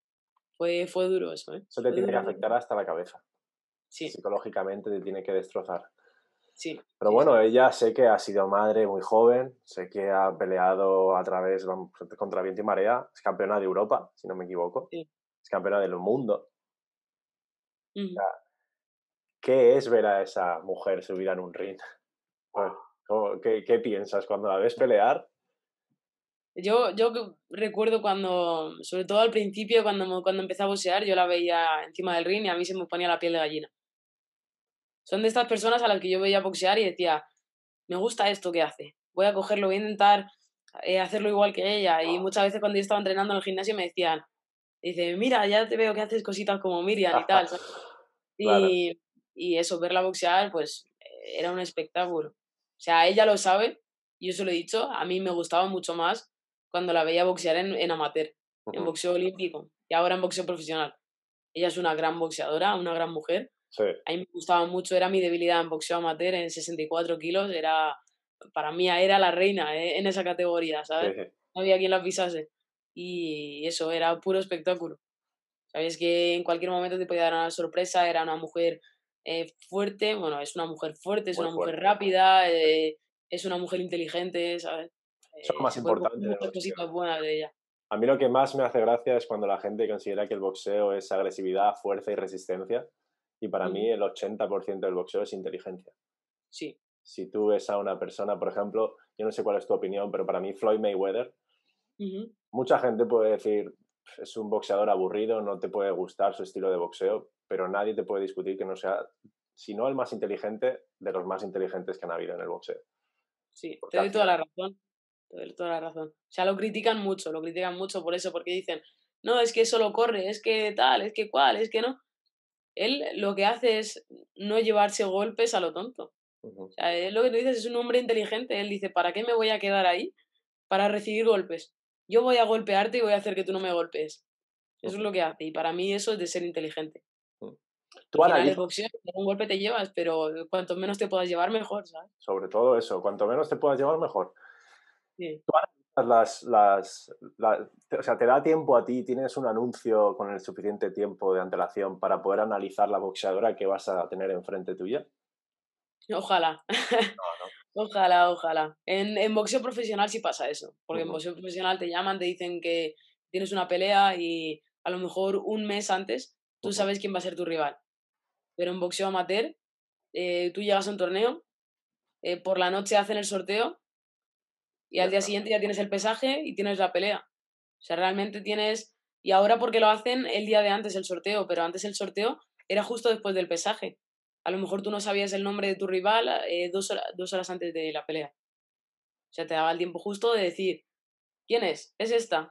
fue duro eso, ¿eh? eso te Fue tiene que duro, afectar duro. hasta la cabeza. Sí, Psicológicamente te tiene que destrozar. sí, Pero sí, bueno, sí. ella sé que ha sido madre muy joven, sé que ha peleado a través, vamos, contra viento y marea, es campeona de Europa, si no me equivoco, Sí. es campeona del mundo. Ujú. ¿Qué es ver a esa mujer subida en un ring? Pues, ¿qué piensas cuando la ves pelear? Yo recuerdo sobre todo al principio, cuando empecé a boxear, yo la veía encima del ring y a mí se me ponía la piel de gallina. Son de estas personas a las que yo veía boxear y decía, me gusta esto que hace, voy a cogerlo, voy a intentar hacerlo igual que ella. Y muchas veces cuando yo estaba entrenando en el gimnasio me decían, dice, mira, ya te veo que haces cositas como Miriam y tal, ¿sabes? Claro. Y eso, verla boxear, pues era un espectáculo. O sea, ella lo sabe, yo se lo he dicho, a mí me gustaba mucho más cuando la veía boxear en amateur, en Ujú. boxeo olímpico y ahora en boxeo profesional. Ella es una gran boxeadora, una gran mujer. Sí, A mí me gustaba mucho, era mi debilidad en boxeo amateur en 64 kilos, para mí era la reina en esa categoría, sí, ¿sabes? sí. No había quien la pisase. Y eso, era puro espectáculo. Sabes que en cualquier momento te podía dar una sorpresa, era una mujer fuerte, bueno, es una mujer fuerte, es Muy una mujer fuerte. rápida, es una mujer inteligente, ¿sabes? Eso es lo más Se puede coger importante del muchas boxeo. cositas buenas de ella. A mí lo que más me hace gracia es cuando la gente considera que el boxeo es agresividad, fuerza y resistencia. Y para mí Ujú. el 80% del boxeo es inteligencia. Sí. Si tú ves a una persona, por ejemplo, yo no sé cuál es tu opinión, pero para mí Floyd Mayweather, Ujú. mucha gente puede decir, es un boxeador aburrido, no te puede gustar su estilo de boxeo, pero nadie te puede discutir que no sea, si no el más inteligente, de los más inteligentes que han habido en el boxeo. Sí, te Porque al doy toda final, la razón. te doy toda la razón. O sea, lo critican mucho por eso, porque dicen, no, es que solo corre, es que tal, es que cual, es que no. Él lo que hace es no llevarse golpes a lo tonto. O sea, él lo que tú dices es un hombre inteligente. Él dice, ¿para qué me voy a quedar ahí para recibir golpes? Yo voy a golpearte y voy a hacer que tú no me golpees. Eso es lo que hace. Y para mí eso es de ser inteligente. Tú Al final es analizas, boxeo, un golpe te llevas, pero cuanto menos te puedas llevar, mejor, ¿sabes? sobre todo eso, cuanto menos te puedas llevar, mejor. Sí. O sea, ¿te da tiempo a ti? ¿Tienes un anuncio con el suficiente tiempo de antelación para poder analizar la boxeadora que vas a tener enfrente tuya? Ojalá. No, Ojalá, ojalá. En boxeo profesional sí pasa eso, porque en ¿no? boxeo profesional te llaman, te dicen que tienes una pelea y a lo mejor un mes antes tú Ujú. sabes quién va a ser tu rival. Pero en boxeo amateur, tú llegas a un torneo, por la noche hacen el sorteo y Y ya al día está. siguiente ya tienes el pesaje y tienes la pelea. O sea, realmente tienes... Y ahora porque lo hacen el día de antes el sorteo, pero antes el sorteo era justo después del pesaje. A lo mejor tú no sabías el nombre de tu rival 2 horas antes de la pelea. O sea, te daba el tiempo justo de decir, ¿quién es? ¿Es esta?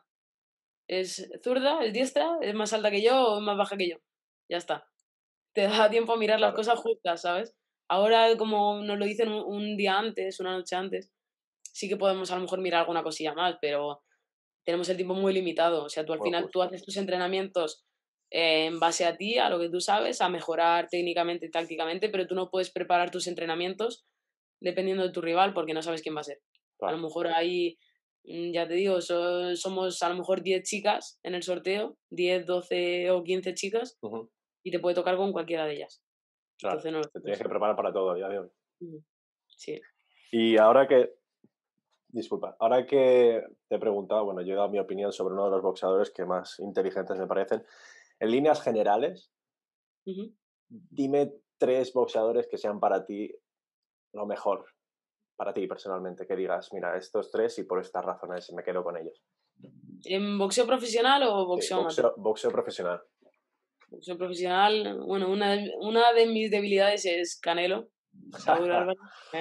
¿Es zurda? ¿Es diestra? ¿Es más alta que yo o es más baja que yo? Ya está. Te da tiempo a mirar las Claro, cosas justas, ¿sabes? Ahora, como nos lo dicen un día antes, una noche antes, sí que podemos a lo mejor mirar alguna cosilla más, pero tenemos el tiempo muy limitado. O sea, tú al muy final tú justo. haces tus entrenamientos en base a ti, a lo que tú sabes, a mejorar técnicamente y tácticamente, pero tú no puedes preparar tus entrenamientos dependiendo de tu rival porque no sabes quién va a ser. A lo Claro. mejor ahí, ya te digo, somos a lo mejor 10 chicas en el sorteo, 10 12 o 15 chicas, Ujú. y te puede tocar con cualquiera de ellas. Claro, Entonces no lo te tienes sabes. que preparar para todo a día de hoy. Ujú. Sí. Y ahora que, disculpa, ahora que te he preguntado, bueno, yo he dado mi opinión sobre uno de los boxeadores que más inteligentes me parecen. En líneas generales, Ujú. dime 3 boxeadores que sean para ti lo mejor, para ti personalmente, que digas, mira, estos 3 y por estas razones me quedo con ellos. ¿En boxeo profesional o Sí, boxeo amateur? boxeo profesional. Boxeo profesional, bueno, una de mis debilidades es Canelo, Saúl Álvarez.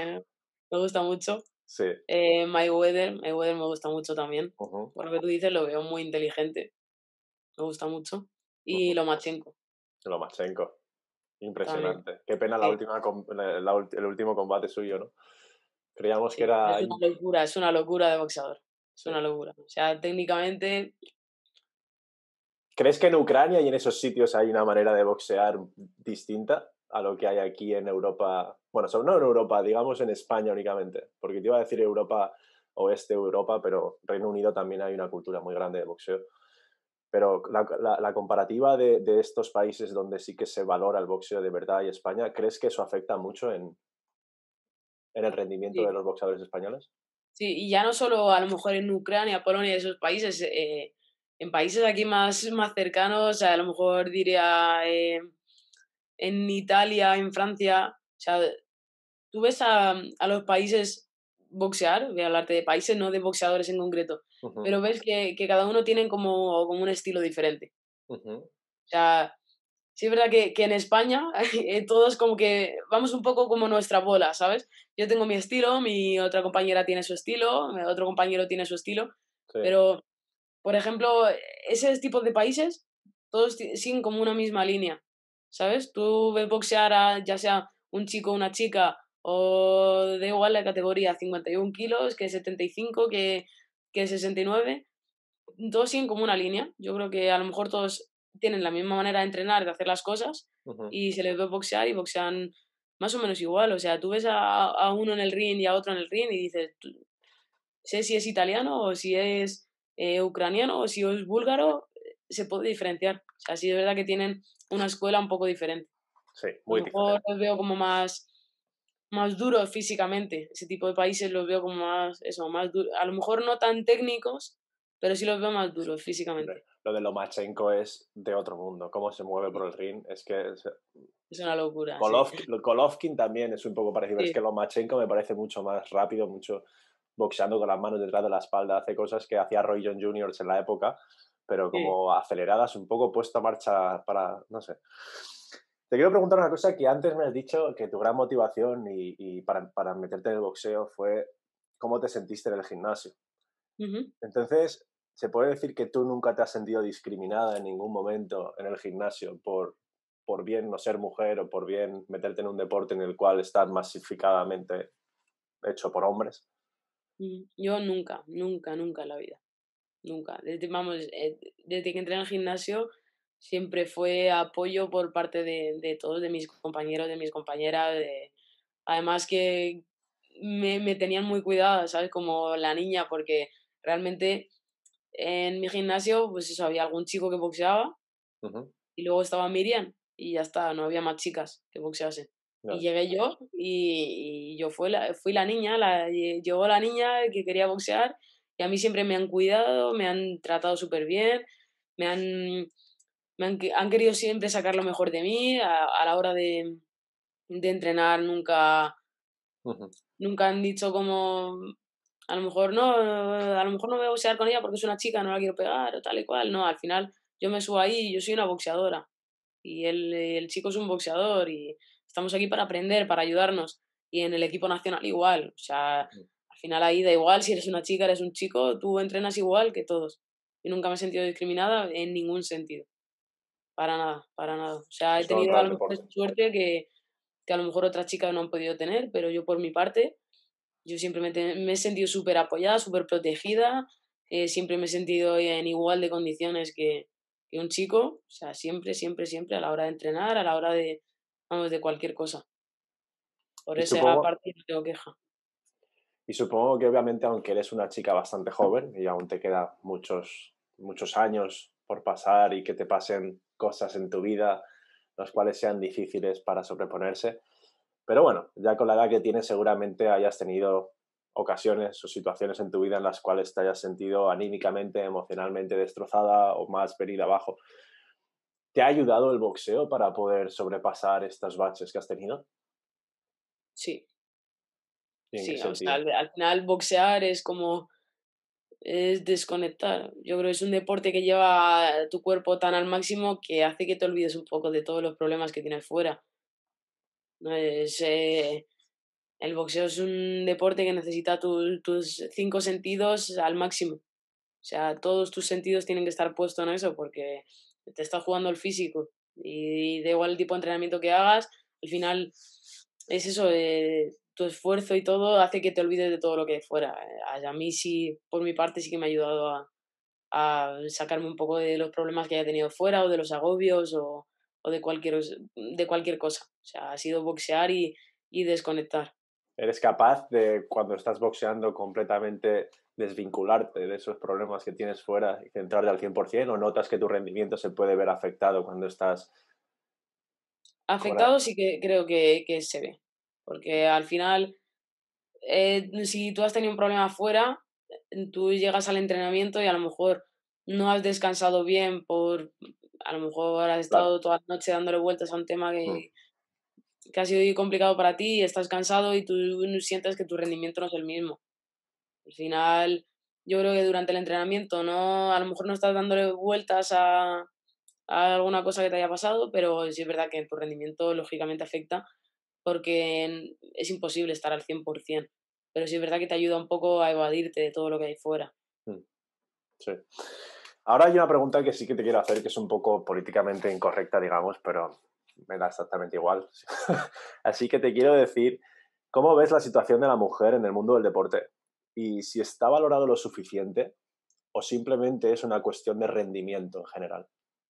Me gusta mucho. Sí. Mayweather me gusta mucho también. Ujú, Por lo que tú dices, lo veo muy inteligente. Me gusta mucho. Y ujú. Lomachenko Lomachenko. también. Impresionante. Qué pena Sí, el último combate suyo, ¿no? Creíamos que sí. era... Es una locura de boxeador. Es Sí. una locura. O sea, técnicamente, ¿Crees que en Ucrania y en esos sitios hay una manera de boxear distinta a lo que hay aquí en Europa? Bueno, no en Europa, digamos en España únicamente, porque te iba a decir Europa, oeste Europa, pero Reino Unido también hay una cultura muy grande de boxeo. Pero la comparativa de estos países donde sí que se valora el boxeo de verdad y España, ¿crees que eso afecta mucho en el rendimiento de sí. los boxeadores españoles? Sí, y ya no solo a lo mejor en Ucrania, Polonia, esos países, en países aquí más cercanos, a lo mejor diría en Italia, en Francia, o sea, tú ves a los países boxear, voy a hablarte de países, no de boxeadores en concreto, Ujú, pero ves que cada uno tiene como un estilo diferente. ujú. O sea, sí es verdad que en España todos como que vamos un poco como nuestra bola, ¿sabes? Yo tengo mi estilo, mi otra compañera tiene su estilo, mi otro compañero tiene su estilo, Sí, pero, por ejemplo, ese tipo de países, todos siguen como una misma línea, ¿sabes? Tú ves boxear a ya sea un chico o una chica, o da igual la categoría, 51 kilos, que 75, que 69, todos siguen como una línea. Yo creo que a lo mejor todos tienen la misma manera de entrenar, de hacer las cosas, ujú. y se les ve boxear y boxean más o menos igual. O sea, tú ves a uno en el ring y a otro en el ring y dices, sé si es italiano o si es ucraniano o si es búlgaro, se puede diferenciar. O sea, sí es verdad que tienen una escuela un poco diferente. Sí, A lo muy mejor diferente. los veo como más duros físicamente. Ese tipo de países los veo como más, eso, más duros. A lo mejor no tan técnicos, pero sí los veo más duros Hombre, físicamente. lo de Lomachenko es de otro mundo. Cómo se mueve Sí, por el ring. Es que es una locura, sí. Golovkin también es un poco parecido, pero es Sí, que Lomachenko me parece mucho más rápido, mucho boxeando con las manos detrás de la espalda. Hace cosas que hacía Roy Jones Jr. en la época, pero sí. como aceleradas, un poco puesto a marcha para, no sé. Te quiero preguntar una cosa que antes me has dicho, que tu gran motivación y para meterte en el boxeo fue cómo te sentiste en el gimnasio. Ujú. Entonces, ¿se puede decir que tú nunca te has sentido discriminada en ningún momento en el gimnasio por bien no ser mujer o por bien meterte en un deporte en el cual estás masificadamente hecho por hombres? Yo nunca, nunca, nunca en la vida. Nunca. Desde que entré en el gimnasio siempre fue apoyo por parte de todos, de mis compañeros, de mis compañeras. Además que me tenían muy cuidada, ¿sabes? Como la niña, porque realmente en mi gimnasio, pues eso, había algún chico que boxeaba Ujú, y luego estaba Miriam y ya está, no había más chicas que boxeasen. Y ya. llegué yo y yo fui la niña, llegó la niña que quería boxear y a mí siempre me han cuidado, me han tratado súper bien, me han, han querido siempre sacar lo mejor de mí a la hora de entrenar, Ujú, nunca han dicho como, a lo mejor no, a lo mejor no voy a boxear con ella porque es una chica, no la quiero pegar o tal y cual. No, al final yo me subo ahí y yo soy una boxeadora y el chico es un boxeador y estamos aquí para aprender, para ayudarnos. Y en el equipo nacional igual, o sea, ujú. al final ahí da igual si eres una chica, eres un chico, tú entrenas igual que todos. Y nunca me he sentido discriminada en ningún sentido, para nada, para nada. O sea, he Eso en tenido todo a el lo mejor deporte. esa suerte que a lo mejor otras chicas no han podido tener, pero yo por mi parte, yo siempre me he sentido súper apoyada, súper protegida, siempre me he sentido en igual de condiciones que un chico, o sea, siempre, siempre, siempre a la hora de entrenar, a la hora de, vamos, de cualquier cosa. Por Y esa supongo, parte no tengo queja. y supongo que obviamente, aunque eres una chica bastante joven y aún te quedan muchos años por pasar y que te pasen cosas en tu vida las cuales sean difíciles para sobreponerse. Pero bueno, ya con la edad que tienes seguramente hayas tenido ocasiones o situaciones en tu vida en las cuales te hayas sentido anímicamente, emocionalmente destrozada o más venida abajo. ¿Te ha ayudado el boxeo para poder sobrepasar estos baches que has tenido? Sí, ¿Y en qué sí, o sea, sentido? al final boxear es como, es desconectar. Yo creo que es un deporte que lleva tu cuerpo tan al máximo que hace que te olvides un poco de todos los problemas que tienes fuera. ¿No? El boxeo es un deporte que necesita tus cinco sentidos al máximo. O sea, todos tus sentidos tienen que estar puestos en eso porque te estás jugando el físico. Y da igual el tipo de entrenamiento que hagas, al final es eso, tu esfuerzo y todo hace que te olvides de todo lo que hay fuera. A mí sí, por mi parte, sí que me ha ayudado a sacarme un poco de los problemas que haya tenido fuera o de los agobios o de cualquier cosa. O sea, ha sido boxear y desconectar. ¿Eres capaz de, cuando estás boxeando, completamente desvincularte de esos problemas que tienes fuera y centrarte al 100%? ¿O notas que tu rendimiento se puede ver afectado cuando estás con... Afectado sí que creo que se ve, porque al final, si tú has tenido un problema fuera, tú llegas al entrenamiento y a lo mejor no has descansado bien a lo mejor has Claro. estado toda la noche dándole vueltas a un tema Mm. que ha sido complicado para ti y estás cansado y tú sientes que tu rendimiento no es el mismo. Al final, yo creo que durante el entrenamiento a lo mejor no estás dándole vueltas a alguna cosa que te haya pasado, pero sí es verdad que tu rendimiento lógicamente afecta porque es imposible estar al 100%, pero sí es verdad que te ayuda un poco a evadirte de todo lo que hay fuera. Mm, sí. Ahora hay una pregunta que sí que te quiero hacer, que es un poco políticamente incorrecta, digamos, pero me da exactamente igual. Así que te quiero decir, ¿cómo ves la situación de la mujer en el mundo del deporte? Y si está valorado lo suficiente o simplemente es una cuestión de rendimiento en general.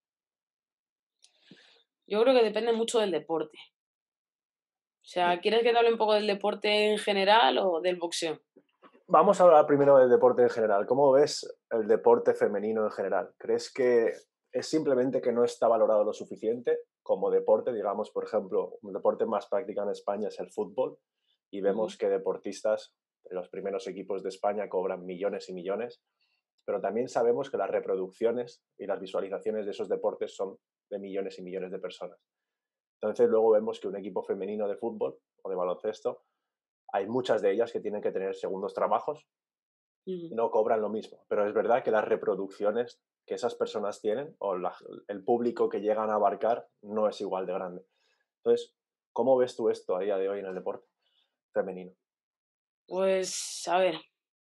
Yo creo que depende mucho del deporte. O sea, ¿quieres que te hable un poco del deporte en general o del boxeo? Vamos a hablar primero del deporte en general. ¿Cómo ves el deporte femenino en general? ¿Crees que es simplemente que no está valorado lo suficiente como deporte? Digamos, por ejemplo, un deporte más practicado en España es el fútbol y Ujú, vemos que deportistas de los primeros equipos de España cobran millones y millones, pero también sabemos que las reproducciones y las visualizaciones de esos deportes son de millones y millones de personas. Entonces luego vemos que un equipo femenino de fútbol o de baloncesto, hay muchas de ellas que tienen que tener segundos trabajos ujú. y no cobran lo mismo. Pero es verdad que las reproducciones que esas personas tienen o el público que llegan a abarcar no es igual de grande. Entonces, ¿cómo ves tú esto a día de hoy en el deporte femenino? Pues, a ver,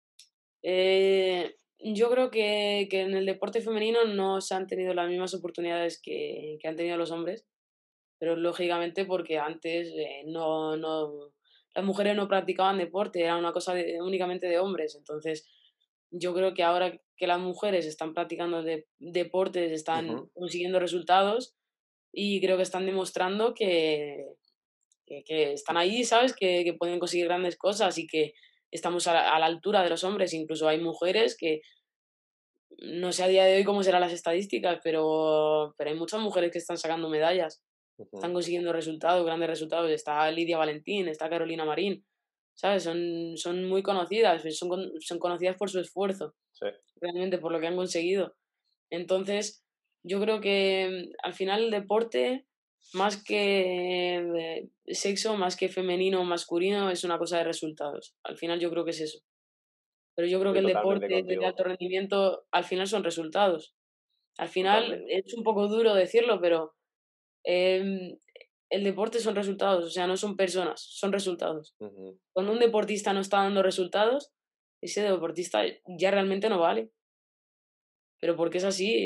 yo creo que en el deporte femenino no se han tenido las mismas oportunidades que han tenido los hombres, pero lógicamente porque antes las mujeres no practicaban deporte, era una cosa únicamente de hombres. Entonces, yo creo que ahora que las mujeres están practicando deportes, están Ujú, consiguiendo resultados y creo que están demostrando que están ahí, ¿sabes? Que pueden conseguir grandes cosas y que estamos a la altura de los hombres. Incluso hay mujeres que, no sé a día de hoy cómo serán las estadísticas, pero hay muchas mujeres que están sacando medallas, están ujú. consiguiendo resultados, grandes resultados. Está Lidia Valentín, está Carolina Marín, ¿sabes? Son muy conocidas, son conocidas por su esfuerzo, Sí, realmente por lo que han conseguido. Entonces, yo creo que al final el deporte, más que sexo, más que femenino o masculino, es una cosa de resultados. Al final yo creo que es eso. Pero yo creo que estoy el totalmente deporte de contigo. alto rendimiento al final son resultados. Al final Totalmente. es un poco duro decirlo, pero em, el deporte son resultados, o sea, no son personas, son resultados. Ujú. Cuando un deportista no está dando resultados, ese deportista ya realmente no vale. Pero porque es así,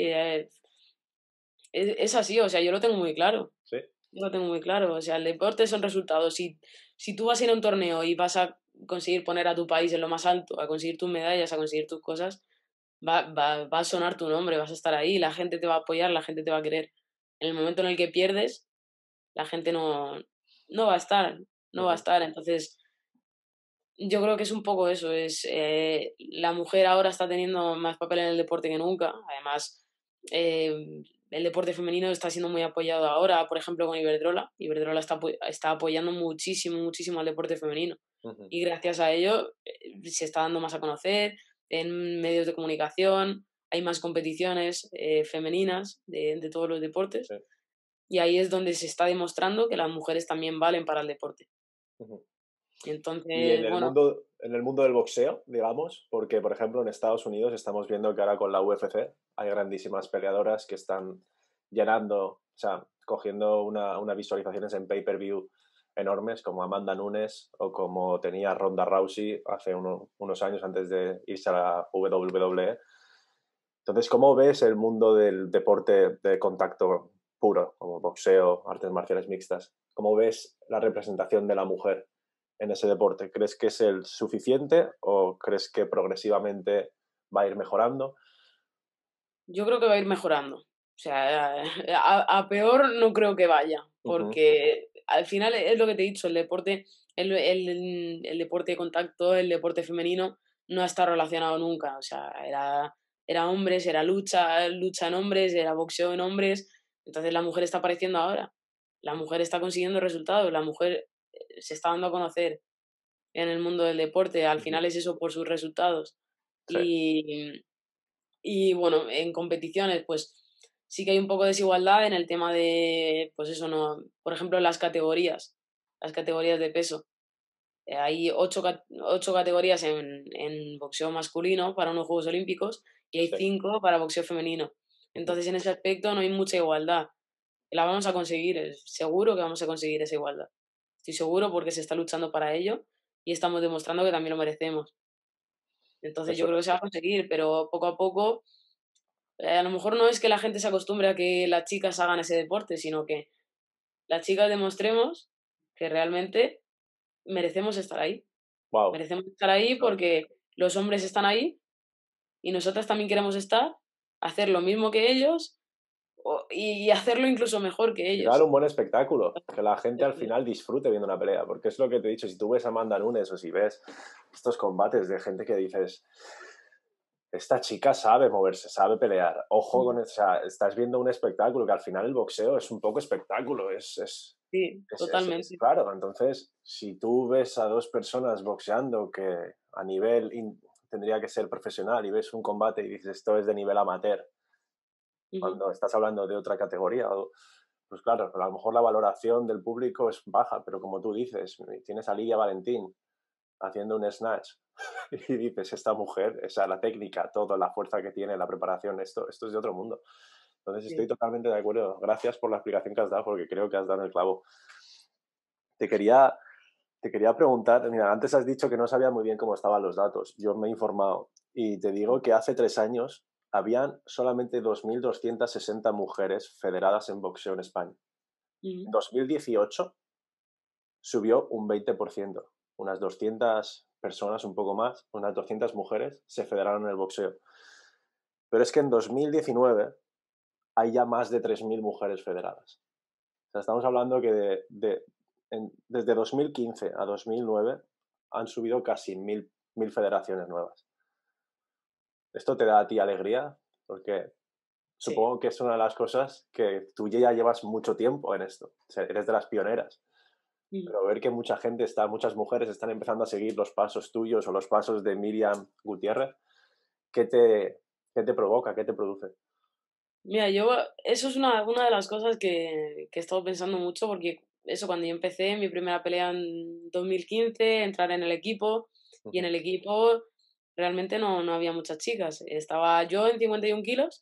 es así, o sea, yo lo tengo muy claro. Sí, Yo lo tengo muy claro. O sea, el deporte son resultados. Si tú vas a ir a un torneo y vas a conseguir poner a tu país en lo más alto, a conseguir tus medallas, a conseguir tus cosas, va a sonar tu nombre, vas a estar ahí, la gente te va a apoyar, la gente te va a querer. En el momento en el que pierdes, la gente no va a estar, no va a ujú, estar. Entonces, yo creo que es un poco eso, la mujer ahora está teniendo más papel en el deporte que nunca. Además, el deporte femenino está siendo muy apoyado ahora, por ejemplo, con Iberdrola. Iberdrola está apoyando muchísimo, muchísimo al deporte femenino. ujú. Y gracias a ello se está dando más a conocer en medios de comunicación, hay más competiciones femeninas de todos los deportes. Sí, Y ahí es donde se está demostrando que las mujeres también valen para el deporte. ujú. Y Y entonces, bueno, en el mundo del boxeo, digamos, porque por ejemplo en Estados Unidos estamos viendo que ahora con la UFC hay grandísimas peleadoras que están llenando, o sea, cogiendo unas visualizaciones en pay-per-view enormes, como Amanda Nunes o como tenía Ronda Rousey hace unos años antes de irse a la WWE. Entonces, ¿cómo ves el mundo del deporte de contacto puro, como boxeo, artes marciales mixtas? ¿Cómo ves la representación de la mujer en ese deporte? ¿Crees que es el suficiente o crees que progresivamente va a ir mejorando? yo creo que va a ir mejorando. O sea, a peor no creo que vaya, Ujú, porque al final es lo que te he dicho, el deporte de contacto, el deporte femenino, no ha estado relacionado nunca. O sea, era hombres, era lucha en hombres, era boxeo en hombres. Entonces la mujer está apareciendo ahora. La mujer está consiguiendo resultados, la mujer se está dando a conocer en el mundo del deporte. Al ujú. final es eso por sus resultados. Sí, Y bueno, en competiciones, pues sí que hay un poco de desigualdad en el tema de, pues eso, no, por ejemplo, las categorías de peso. Hay ocho categorías en boxeo masculino para unos Juegos Olímpicos y hay sí. 5 para boxeo femenino. Ujú. Entonces, en ese aspecto no hay mucha igualdad. La vamos a conseguir, seguro que vamos a conseguir esa igualdad. Estoy seguro porque se está luchando para ello y estamos demostrando que también lo merecemos. Entonces, yo Eso, creo que se va a conseguir, pero poco a poco a lo mejor no es que la gente se acostumbre a que las chicas hagan ese deporte, sino que las chicas demostremos que realmente merecemos estar ahí. wow. Merecemos estar ahí porque los hombres están ahí y nosotras también queremos estar, hacer lo mismo que ellos y hacerlo incluso mejor que Y dar ellos. un buen espectáculo, que la gente al final disfrute viendo una pelea, porque es lo que te he dicho, si tú ves a Amanda Nunes o si ves estos combates de gente que dices, esta chica sabe moverse, sabe pelear, ojo con, o sea, estás viendo un espectáculo, que al final el boxeo es un poco espectáculo, Sí, totalmente. claro, entonces, si tú ves a dos personas boxeando que a nivel tendría que ser profesional y ves un combate y dices, esto es de nivel amateur, Ujú. cuando estás hablando de otra categoría, pues claro, a lo mejor la valoración del público es baja, pero como tú dices, tienes a Lidia Valentín haciendo un snatch y dices, esta mujer, esa, la técnica, todo, la fuerza que tiene, la preparación, esto es de otro mundo. Entonces estoy Sí. totalmente de acuerdo. Gracias por la explicación que has dado porque creo que has dado en el clavo. Te quería Te quería preguntar, mira, antes has dicho que no sabía muy bien cómo estaban los datos. Yo me he informado y te digo que hace 3 años habían solamente 2.260 mujeres federadas en boxeo en España. En 2018 subió un 20%. Unas 200 personas, un poco más, unas 200 mujeres se federaron en el boxeo. Pero es que en 2019 hay ya más de 3.000 mujeres federadas. O sea, estamos hablando que desde 2015 a 2009 han subido casi 1.000 federaciones nuevas. ¿Esto te da a ti alegría? Porque Sí. supongo que es una de las cosas que tú ya llevas mucho tiempo en esto. O sea, eres de las pioneras. Pero ver que muchas mujeres están empezando a seguir los pasos tuyos o los pasos de Miriam Gutiérrez, ¿qué te provoca? ¿Qué te produce? Mira, eso es una de las cosas que he estado pensando mucho, porque eso, cuando yo empecé mi primera pelea en 2015, entrar en el equipo, y en el equipo realmente no había muchas chicas. Estaba yo en 51 kilos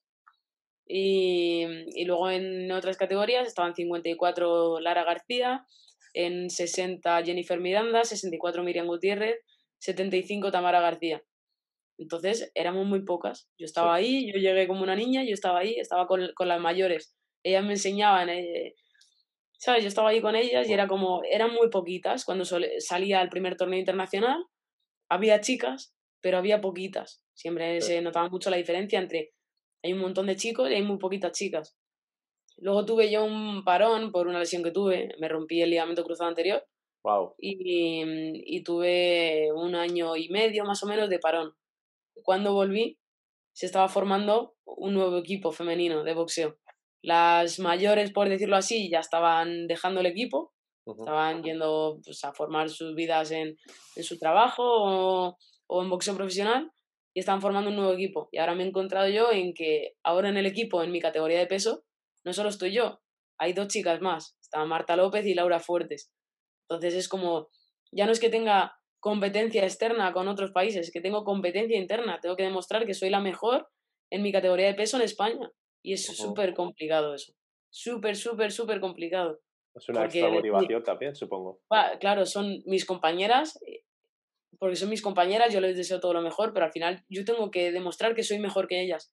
y luego en otras categorías estaban 54 Lara García, en 60 Jennifer Miranda, 64 Miriam Gutiérrez, 75 Tamara García. Entonces éramos muy pocas. Yo estaba ahí, yo llegué como una niña, yo estaba ahí, estaba con las mayores. Ellas me enseñaban, ¿sabes? Yo estaba ahí con ellas y era como, eran muy poquitas. Cuando salía al primer torneo internacional, había chicas, pero había poquitas. Siempre se notaba mucho la diferencia entre hay un montón de chicos y hay muy poquitas chicas. Luego tuve yo un parón por una lesión que tuve, me rompí el ligamento cruzado anterior. Wow. Y tuve 1 año y medio más o menos de parón. Cuando volví, se estaba formando un nuevo equipo femenino de boxeo. Las mayores, por decirlo así, ya estaban dejando el equipo, estaban yendo, pues, a formar sus vidas en su trabajo o en boxeo profesional, y estaban formando un nuevo equipo. Y ahora me he encontrado yo en que ahora en el equipo, en mi categoría de peso, no solo estoy yo, hay 2 chicas más. Está Marta López y Laura Fuertes. Entonces es como, ya no es que tenga competencia externa con otros países, que tengo competencia interna, tengo que demostrar que soy la mejor en mi categoría de peso en España. Y es súper complicado eso. Súper complicado. Es una Porque extra motivación también, supongo. claro, son mis compañeras, porque son mis compañeras, yo les deseo todo lo mejor, pero al final yo tengo que demostrar que soy mejor que ellas.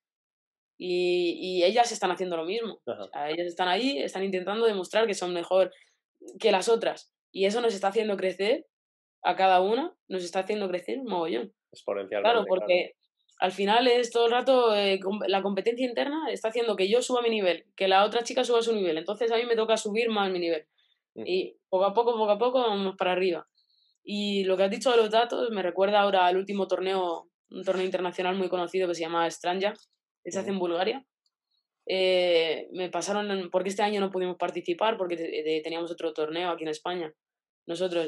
Y ellas están haciendo lo mismo. O sea, ellas están ahí, están intentando demostrar que son mejor que las otras. Y eso nos está haciendo crecer a cada una, nos está haciendo crecer un mogollón. Claro, Exponencialmente, porque al final es todo el rato la competencia interna está haciendo que yo suba mi nivel, que la otra chica suba su nivel. Entonces a mí me toca subir más mi nivel. Y poco a poco vamos para arriba. Y lo que has dicho de los datos me recuerda ahora al último torneo, un torneo internacional muy conocido que se llama Stranja, que se hace en Bulgaria. Me pasaron, porque este año no pudimos participar porque teníamos otro torneo aquí en España, nosotros,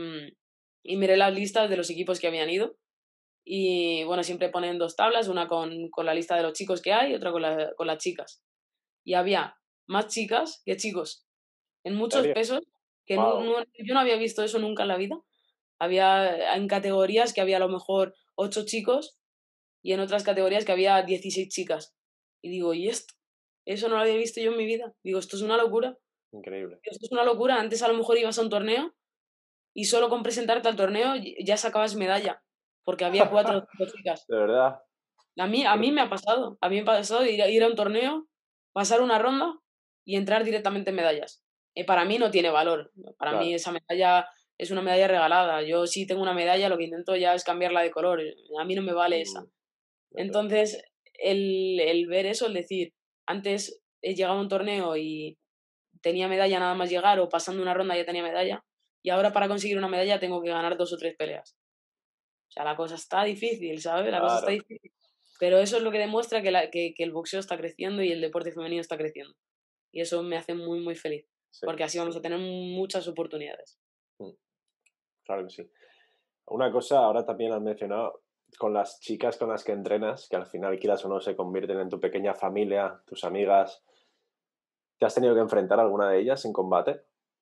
y miré las listas de los equipos que habían ido. Y bueno, siempre ponen 2 tablas, una con la lista de los chicos que hay y otra con las chicas. Y había más chicas que chicos, en ¿En muchos serio? pesos, que Wow. yo no había visto eso nunca en la vida. Había en categorías que había a lo mejor 8 chicos y en otras categorías que había 16 chicas. Y digo, ¿y esto? Eso no lo había visto yo en mi vida. Digo, esto es una locura. Increíble. Esto es una locura. Antes a lo mejor ibas a un torneo y solo con presentarte al torneo ya sacabas medalla, porque había 4 o 5 chicas. De verdad. A mí me ha pasado. A mí me ha pasado ir a un torneo, pasar una ronda y entrar directamente en medallas. Para mí no tiene valor. Para mí Claro. esa medalla es una medalla regalada. Yo sí tengo una medalla, lo que intento ya es cambiarla de color. A mí no me vale esa. Entonces, el ver eso, el decir, antes he llegado a un torneo y tenía medalla nada más llegar, o pasando una ronda ya tenía medalla, y ahora para conseguir una medalla tengo que ganar 2 o 3 peleas. O sea, la cosa está difícil, ¿sabes? La cosa está Claro. difícil. Pero eso es lo que demuestra que el boxeo está creciendo y el deporte femenino está creciendo. Y eso me hace muy feliz, Sí. porque así vamos a tener muchas oportunidades. Claro que sí. Una cosa, ahora también has mencionado, con las chicas con las que entrenas, que al final, quieras o no, se convierten en tu pequeña familia, tus amigas. ¿Te has tenido que enfrentar a alguna de ellas en combate?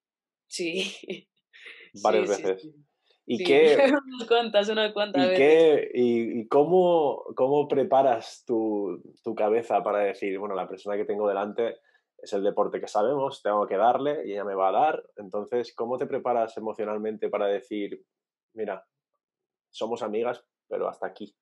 Sí, Varias sí. veces. ¿Y Sí, qué, unas cuantas veces. y cómo preparas tu cabeza para decir, bueno, la persona que tengo delante es el deporte que sabemos, tengo que darle y ella me va a dar. Entonces, ¿cómo te preparas emocionalmente para decir, mira, somos amigas, pero hasta aquí?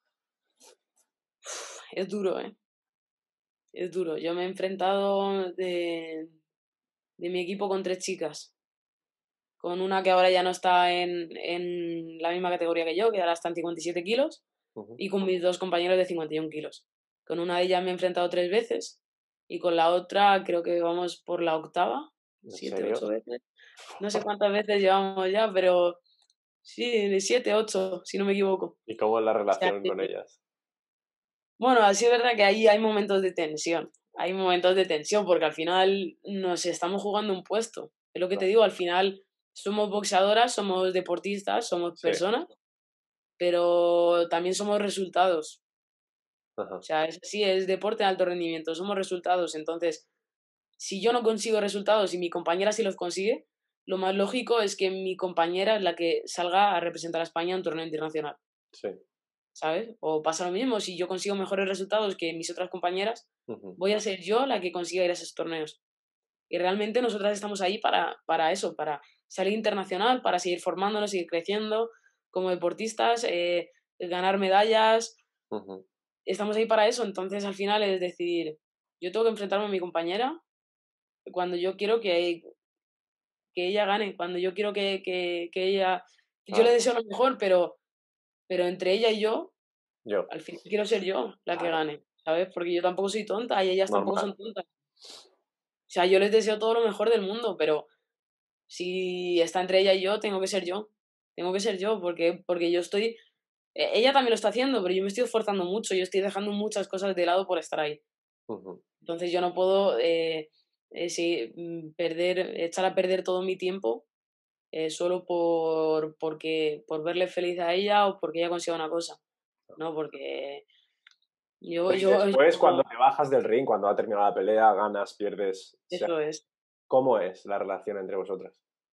Es duro, ¿eh? Es duro. Yo me he enfrentado de mi equipo con 3 chicas. Con una que ahora ya no está en la misma categoría que yo, que ahora está en 57 kilos, Ujú. y con mis 2 compañeros de 51 kilos. Con una de ellas me he enfrentado 3 veces y con la otra creo que vamos por la octava, ¿En 7, serio? 8 veces. No sé cuántas veces llevamos ya, pero sí, de 7, 8, si no me equivoco. O ¿Y cómo es la sea relación que, con ellas? bueno, así es verdad que ahí hay momentos de tensión. Hay momentos de tensión porque al final nos estamos jugando un puesto. Es lo que te Claro. digo, al final somos boxeadoras, somos deportistas, somos Sí. personas, pero también somos resultados. Ajá. O sea, sí, es deporte de alto rendimiento, somos resultados. Entonces, si yo no consigo resultados y mi compañera sí los consigue, lo más lógico es que mi compañera es la que salga a representar a España en un torneo internacional, Sí. ¿sabes? O pasa lo mismo, si yo consigo mejores resultados que mis otras compañeras, Ujú. voy a ser yo la que consiga ir a esos torneos. Y realmente nosotras estamos ahí para eso, para salir internacional, para seguir formándonos, seguir creciendo como deportistas, ganar medallas. Ujú. Estamos ahí para eso, entonces al final es decir, yo tengo que enfrentarme a mi compañera cuando yo quiero que ella gane, cuando yo quiero que ella... Yo le Claro. deseo lo mejor, pero entre ella y yo, Yo. al final quiero ser yo la que Claro. gane, ¿sabes? Porque yo tampoco soy tonta y ellas tampoco Normal. son tontas. O sea, yo les deseo todo lo mejor del mundo, pero si está entre ella y yo, tengo que ser yo. Tengo que ser yo, porque yo estoy... Ella también lo está haciendo, pero yo me estoy esforzando mucho, yo estoy dejando muchas cosas de lado por estar ahí. Ujú. Entonces yo no puedo echar a perder todo mi tiempo solo por verle feliz a ella o porque ella consiga una cosa. No, porque yo, Y yo, después, cuando yo- te bajas del ring, cuando ha terminado la pelea, ganas, pierdes, eso es. ¿cómo es la relación entre vosotras?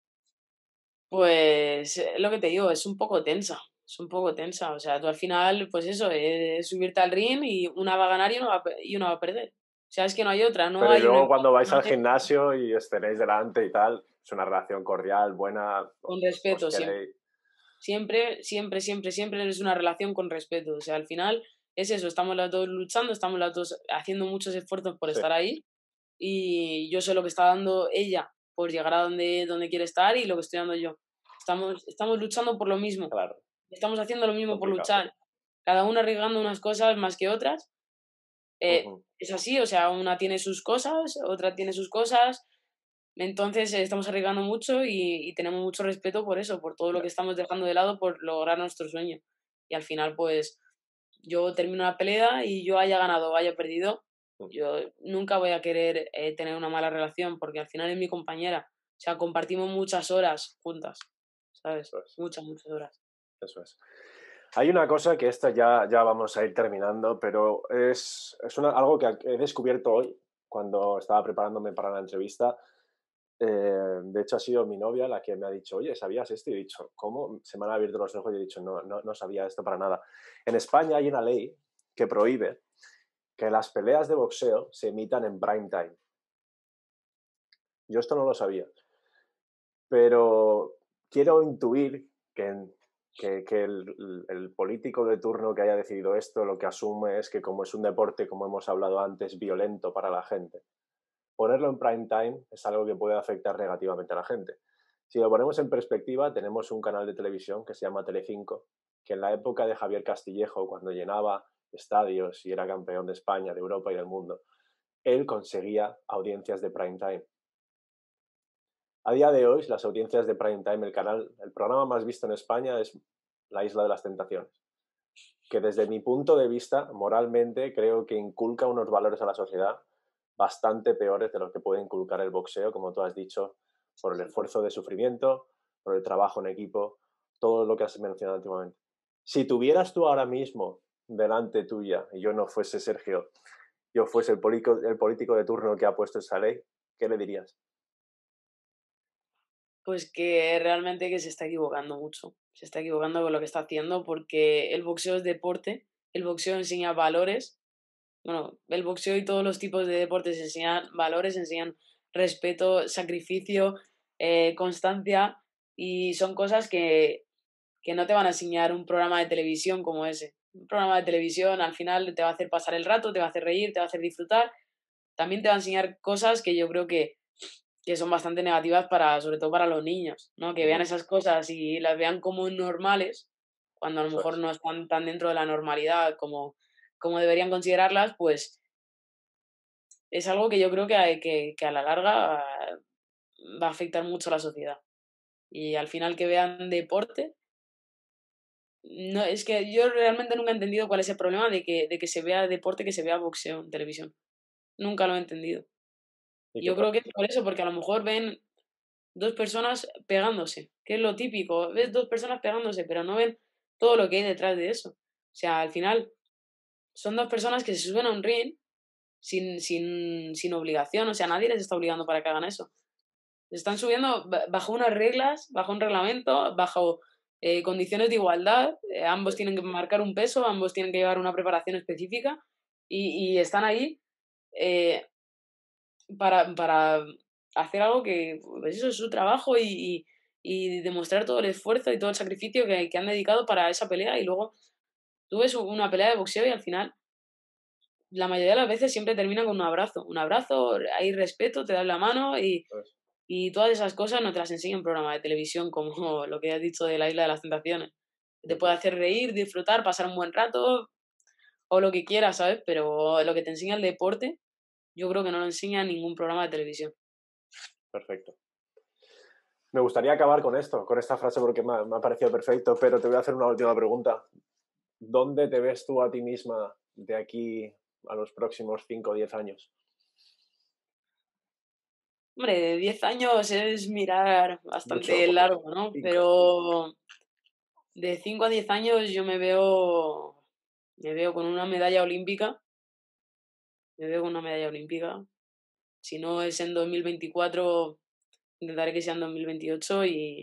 Pues lo que te digo, es un poco tensa. Es un poco tensa. O sea, tú al final, pues eso, es subirte al ring y una va a ganar y una va a perder. O sea, es que no hay otra, no Pero y hay un luego empate. cuando vais al gimnasio y os tenéis delante y tal, es una relación cordial, buena, Con os respeto siempre. queréis. Siempre, siempre, siempre, siempre es una relación con respeto. O sea, al final es eso, estamos las dos luchando, estamos las dos haciendo muchos esfuerzos por Sí, estar ahí y yo sé lo que está dando ella por llegar a donde quiere estar y lo que estoy dando yo. Estamos luchando por lo mismo, claro, estamos haciendo lo mismo por complicado. luchar, cada una arriesgando unas cosas más que otras. Ujú. Es así, o sea, una tiene sus cosas, otra tiene sus cosas, entonces estamos arriesgando mucho y tenemos mucho respeto por eso, por todo lo Ya. que estamos dejando de lado por lograr nuestro sueño. Y al final, pues, yo termino la pelea y yo haya ganado o haya perdido, Mm. yo nunca voy a querer tener una mala relación porque al final es mi compañera. O sea, compartimos muchas horas juntas, ¿sabes? Eso es, Muchas, muchas horas. eso es. Hay una cosa que esta ya vamos a ir terminando, pero es algo que he descubierto hoy cuando estaba preparándome para la entrevista. De hecho, ha sido mi novia la que me ha dicho, oye, ¿sabías esto? Y he dicho, ¿cómo? Se me han abierto los ojos y he dicho, no sabía esto para nada. En España hay una ley que prohíbe que las peleas de boxeo se emitan en prime time. Yo esto no lo sabía, pero quiero intuir que el político de turno que haya decidido esto lo que asume es que como es un deporte, como hemos hablado antes, violento para la gente, ponerlo en prime time es algo que puede afectar negativamente a la gente. Si lo ponemos en perspectiva, tenemos un canal de televisión que se llama Telecinco, que en la época de Javier Castillejo, cuando llenaba estadios y era campeón de España, de Europa y del mundo, él conseguía audiencias de prime time. A día de hoy, las audiencias de prime time, el programa más visto en España es La Isla de las Tentaciones, que desde mi punto de vista, moralmente, creo que inculca unos valores a la sociedad bastante peores de los que puede inculcar el boxeo, como tú has dicho, por el esfuerzo de sufrimiento, por el trabajo en equipo, todo lo que has mencionado antiguamente. Si tuvieras tú ahora mismo delante tuya, y yo no fuese Sergio, yo fuese el político de turno que ha puesto esa ley, ¿qué le dirías? Pues que realmente que se está equivocando mucho. Se está equivocando con lo que está haciendo porque el boxeo es deporte, el boxeo enseña valores Bueno, el boxeo y todos los tipos de deportes enseñan valores, enseñan respeto, sacrificio, constancia, y son cosas que no te van a enseñar un programa de televisión como ese. Un programa de televisión al final te va a hacer pasar el rato, te va a hacer reír, te va a hacer disfrutar. También te va a enseñar cosas que yo creo que son bastante negativas sobre todo para los niños, ¿no? Que vean esas cosas y las vean como normales, cuando a lo mejor no están tan dentro de la normalidad como deberían considerarlas, pues es algo que yo creo que a la larga va a afectar mucho a la sociedad. Y al final que vean deporte, no, es que yo realmente nunca he entendido cuál es el problema de que se vea deporte, que se vea boxeo en televisión. Nunca lo he entendido. Yo creo que es por eso, porque a lo mejor ven 2 personas pegándose, que es lo típico. Ves 2 personas pegándose, pero no ven todo lo que hay detrás de eso. O sea, al final son 2 personas que se suben a un ring sin obligación. O sea, nadie les está obligando para que hagan eso. Se están subiendo bajo unas reglas, bajo un reglamento, bajo condiciones de igualdad. Ambos tienen que marcar un peso, ambos tienen que llevar una preparación específica y están ahí para hacer algo que, pues eso es su trabajo y demostrar todo el esfuerzo y todo el sacrificio que han dedicado para esa pelea. Y luego tú ves una pelea de boxeo y al final la mayoría de las veces siempre termina con un abrazo, hay respeto, te dan la mano y todas esas cosas no te las enseña un programa de televisión como lo que has dicho de la Isla de las Tentaciones. Te puede hacer reír, disfrutar, pasar un buen rato o lo que quieras, ¿sabes? Pero lo que te enseña el deporte yo creo que no lo enseña ningún programa de televisión. Perfecto. Me gustaría acabar con esto, con esta frase, porque me ha parecido perfecto, pero te voy a hacer una última pregunta. ¿Dónde te ves tú a ti misma de aquí a los próximos 5 o 10 años? Hombre, de 10 años es mirar bastante largo, ¿no? Pero de 5 a 10 años yo me veo con una medalla olímpica. Me veo con una medalla olímpica. Si no es en 2024, intentaré que sea en 2028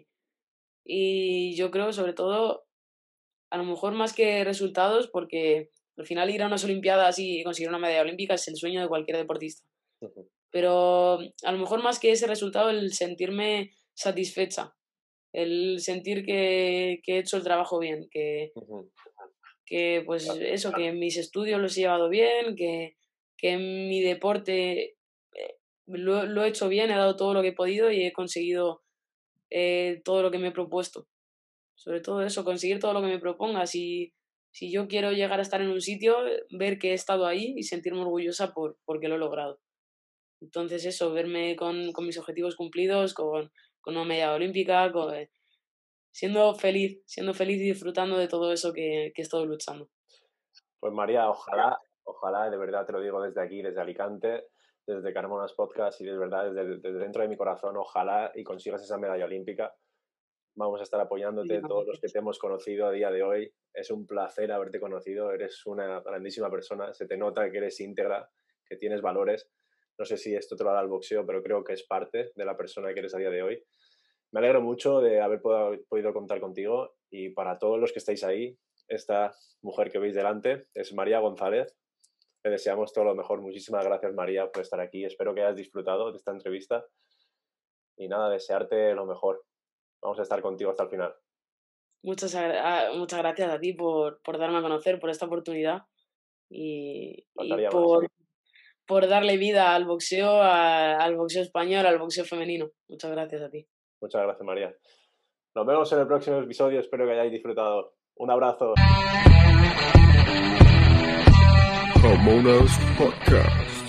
y yo creo, sobre todo, a lo mejor más que resultados, porque al final ir a unas Olimpiadas y conseguir una medalla olímpica es el sueño de cualquier deportista. Pero a lo mejor más que ese resultado, el sentirme satisfecha, el sentir que he hecho el trabajo bien, que pues eso, que mis estudios los he llevado bien, que en mi deporte lo he hecho bien, he dado todo lo que he podido y he conseguido todo lo que me he propuesto. Sobre todo eso, conseguir todo lo que me proponga. Si yo quiero llegar a estar en un sitio, ver que he estado ahí y sentirme orgullosa porque lo he logrado. Entonces eso, verme con mis objetivos cumplidos, con una medalla olímpica, siendo feliz y disfrutando de todo eso que he estado luchando. Pues María, ojalá, de verdad te lo digo desde aquí, desde Alicante, desde Carmonas Podcast y de verdad desde dentro de mi corazón, ojalá y consigas esa medalla olímpica. Vamos a estar apoyándote, todos los que te hemos conocido a día de hoy. Es un placer haberte conocido, eres una grandísima persona, se te nota que eres íntegra, que tienes valores. No sé si esto te lo da el boxeo, pero creo que es parte de la persona que eres a día de hoy. Me alegro mucho de haber podido contar contigo y para todos los que estáis ahí, esta mujer que veis delante es María González. Te deseamos todo lo mejor. Muchísimas gracias, María, por estar aquí. Espero que hayas disfrutado de esta entrevista y nada, desearte lo mejor. Vamos a estar contigo hasta el final. Muchas gracias a ti por darme a conocer, por esta oportunidad y por darle vida al boxeo español, al boxeo femenino. Muchas gracias a ti. Muchas gracias, María. Nos vemos en el próximo episodio. Espero que hayáis disfrutado. Un abrazo. Carmonas Podcast.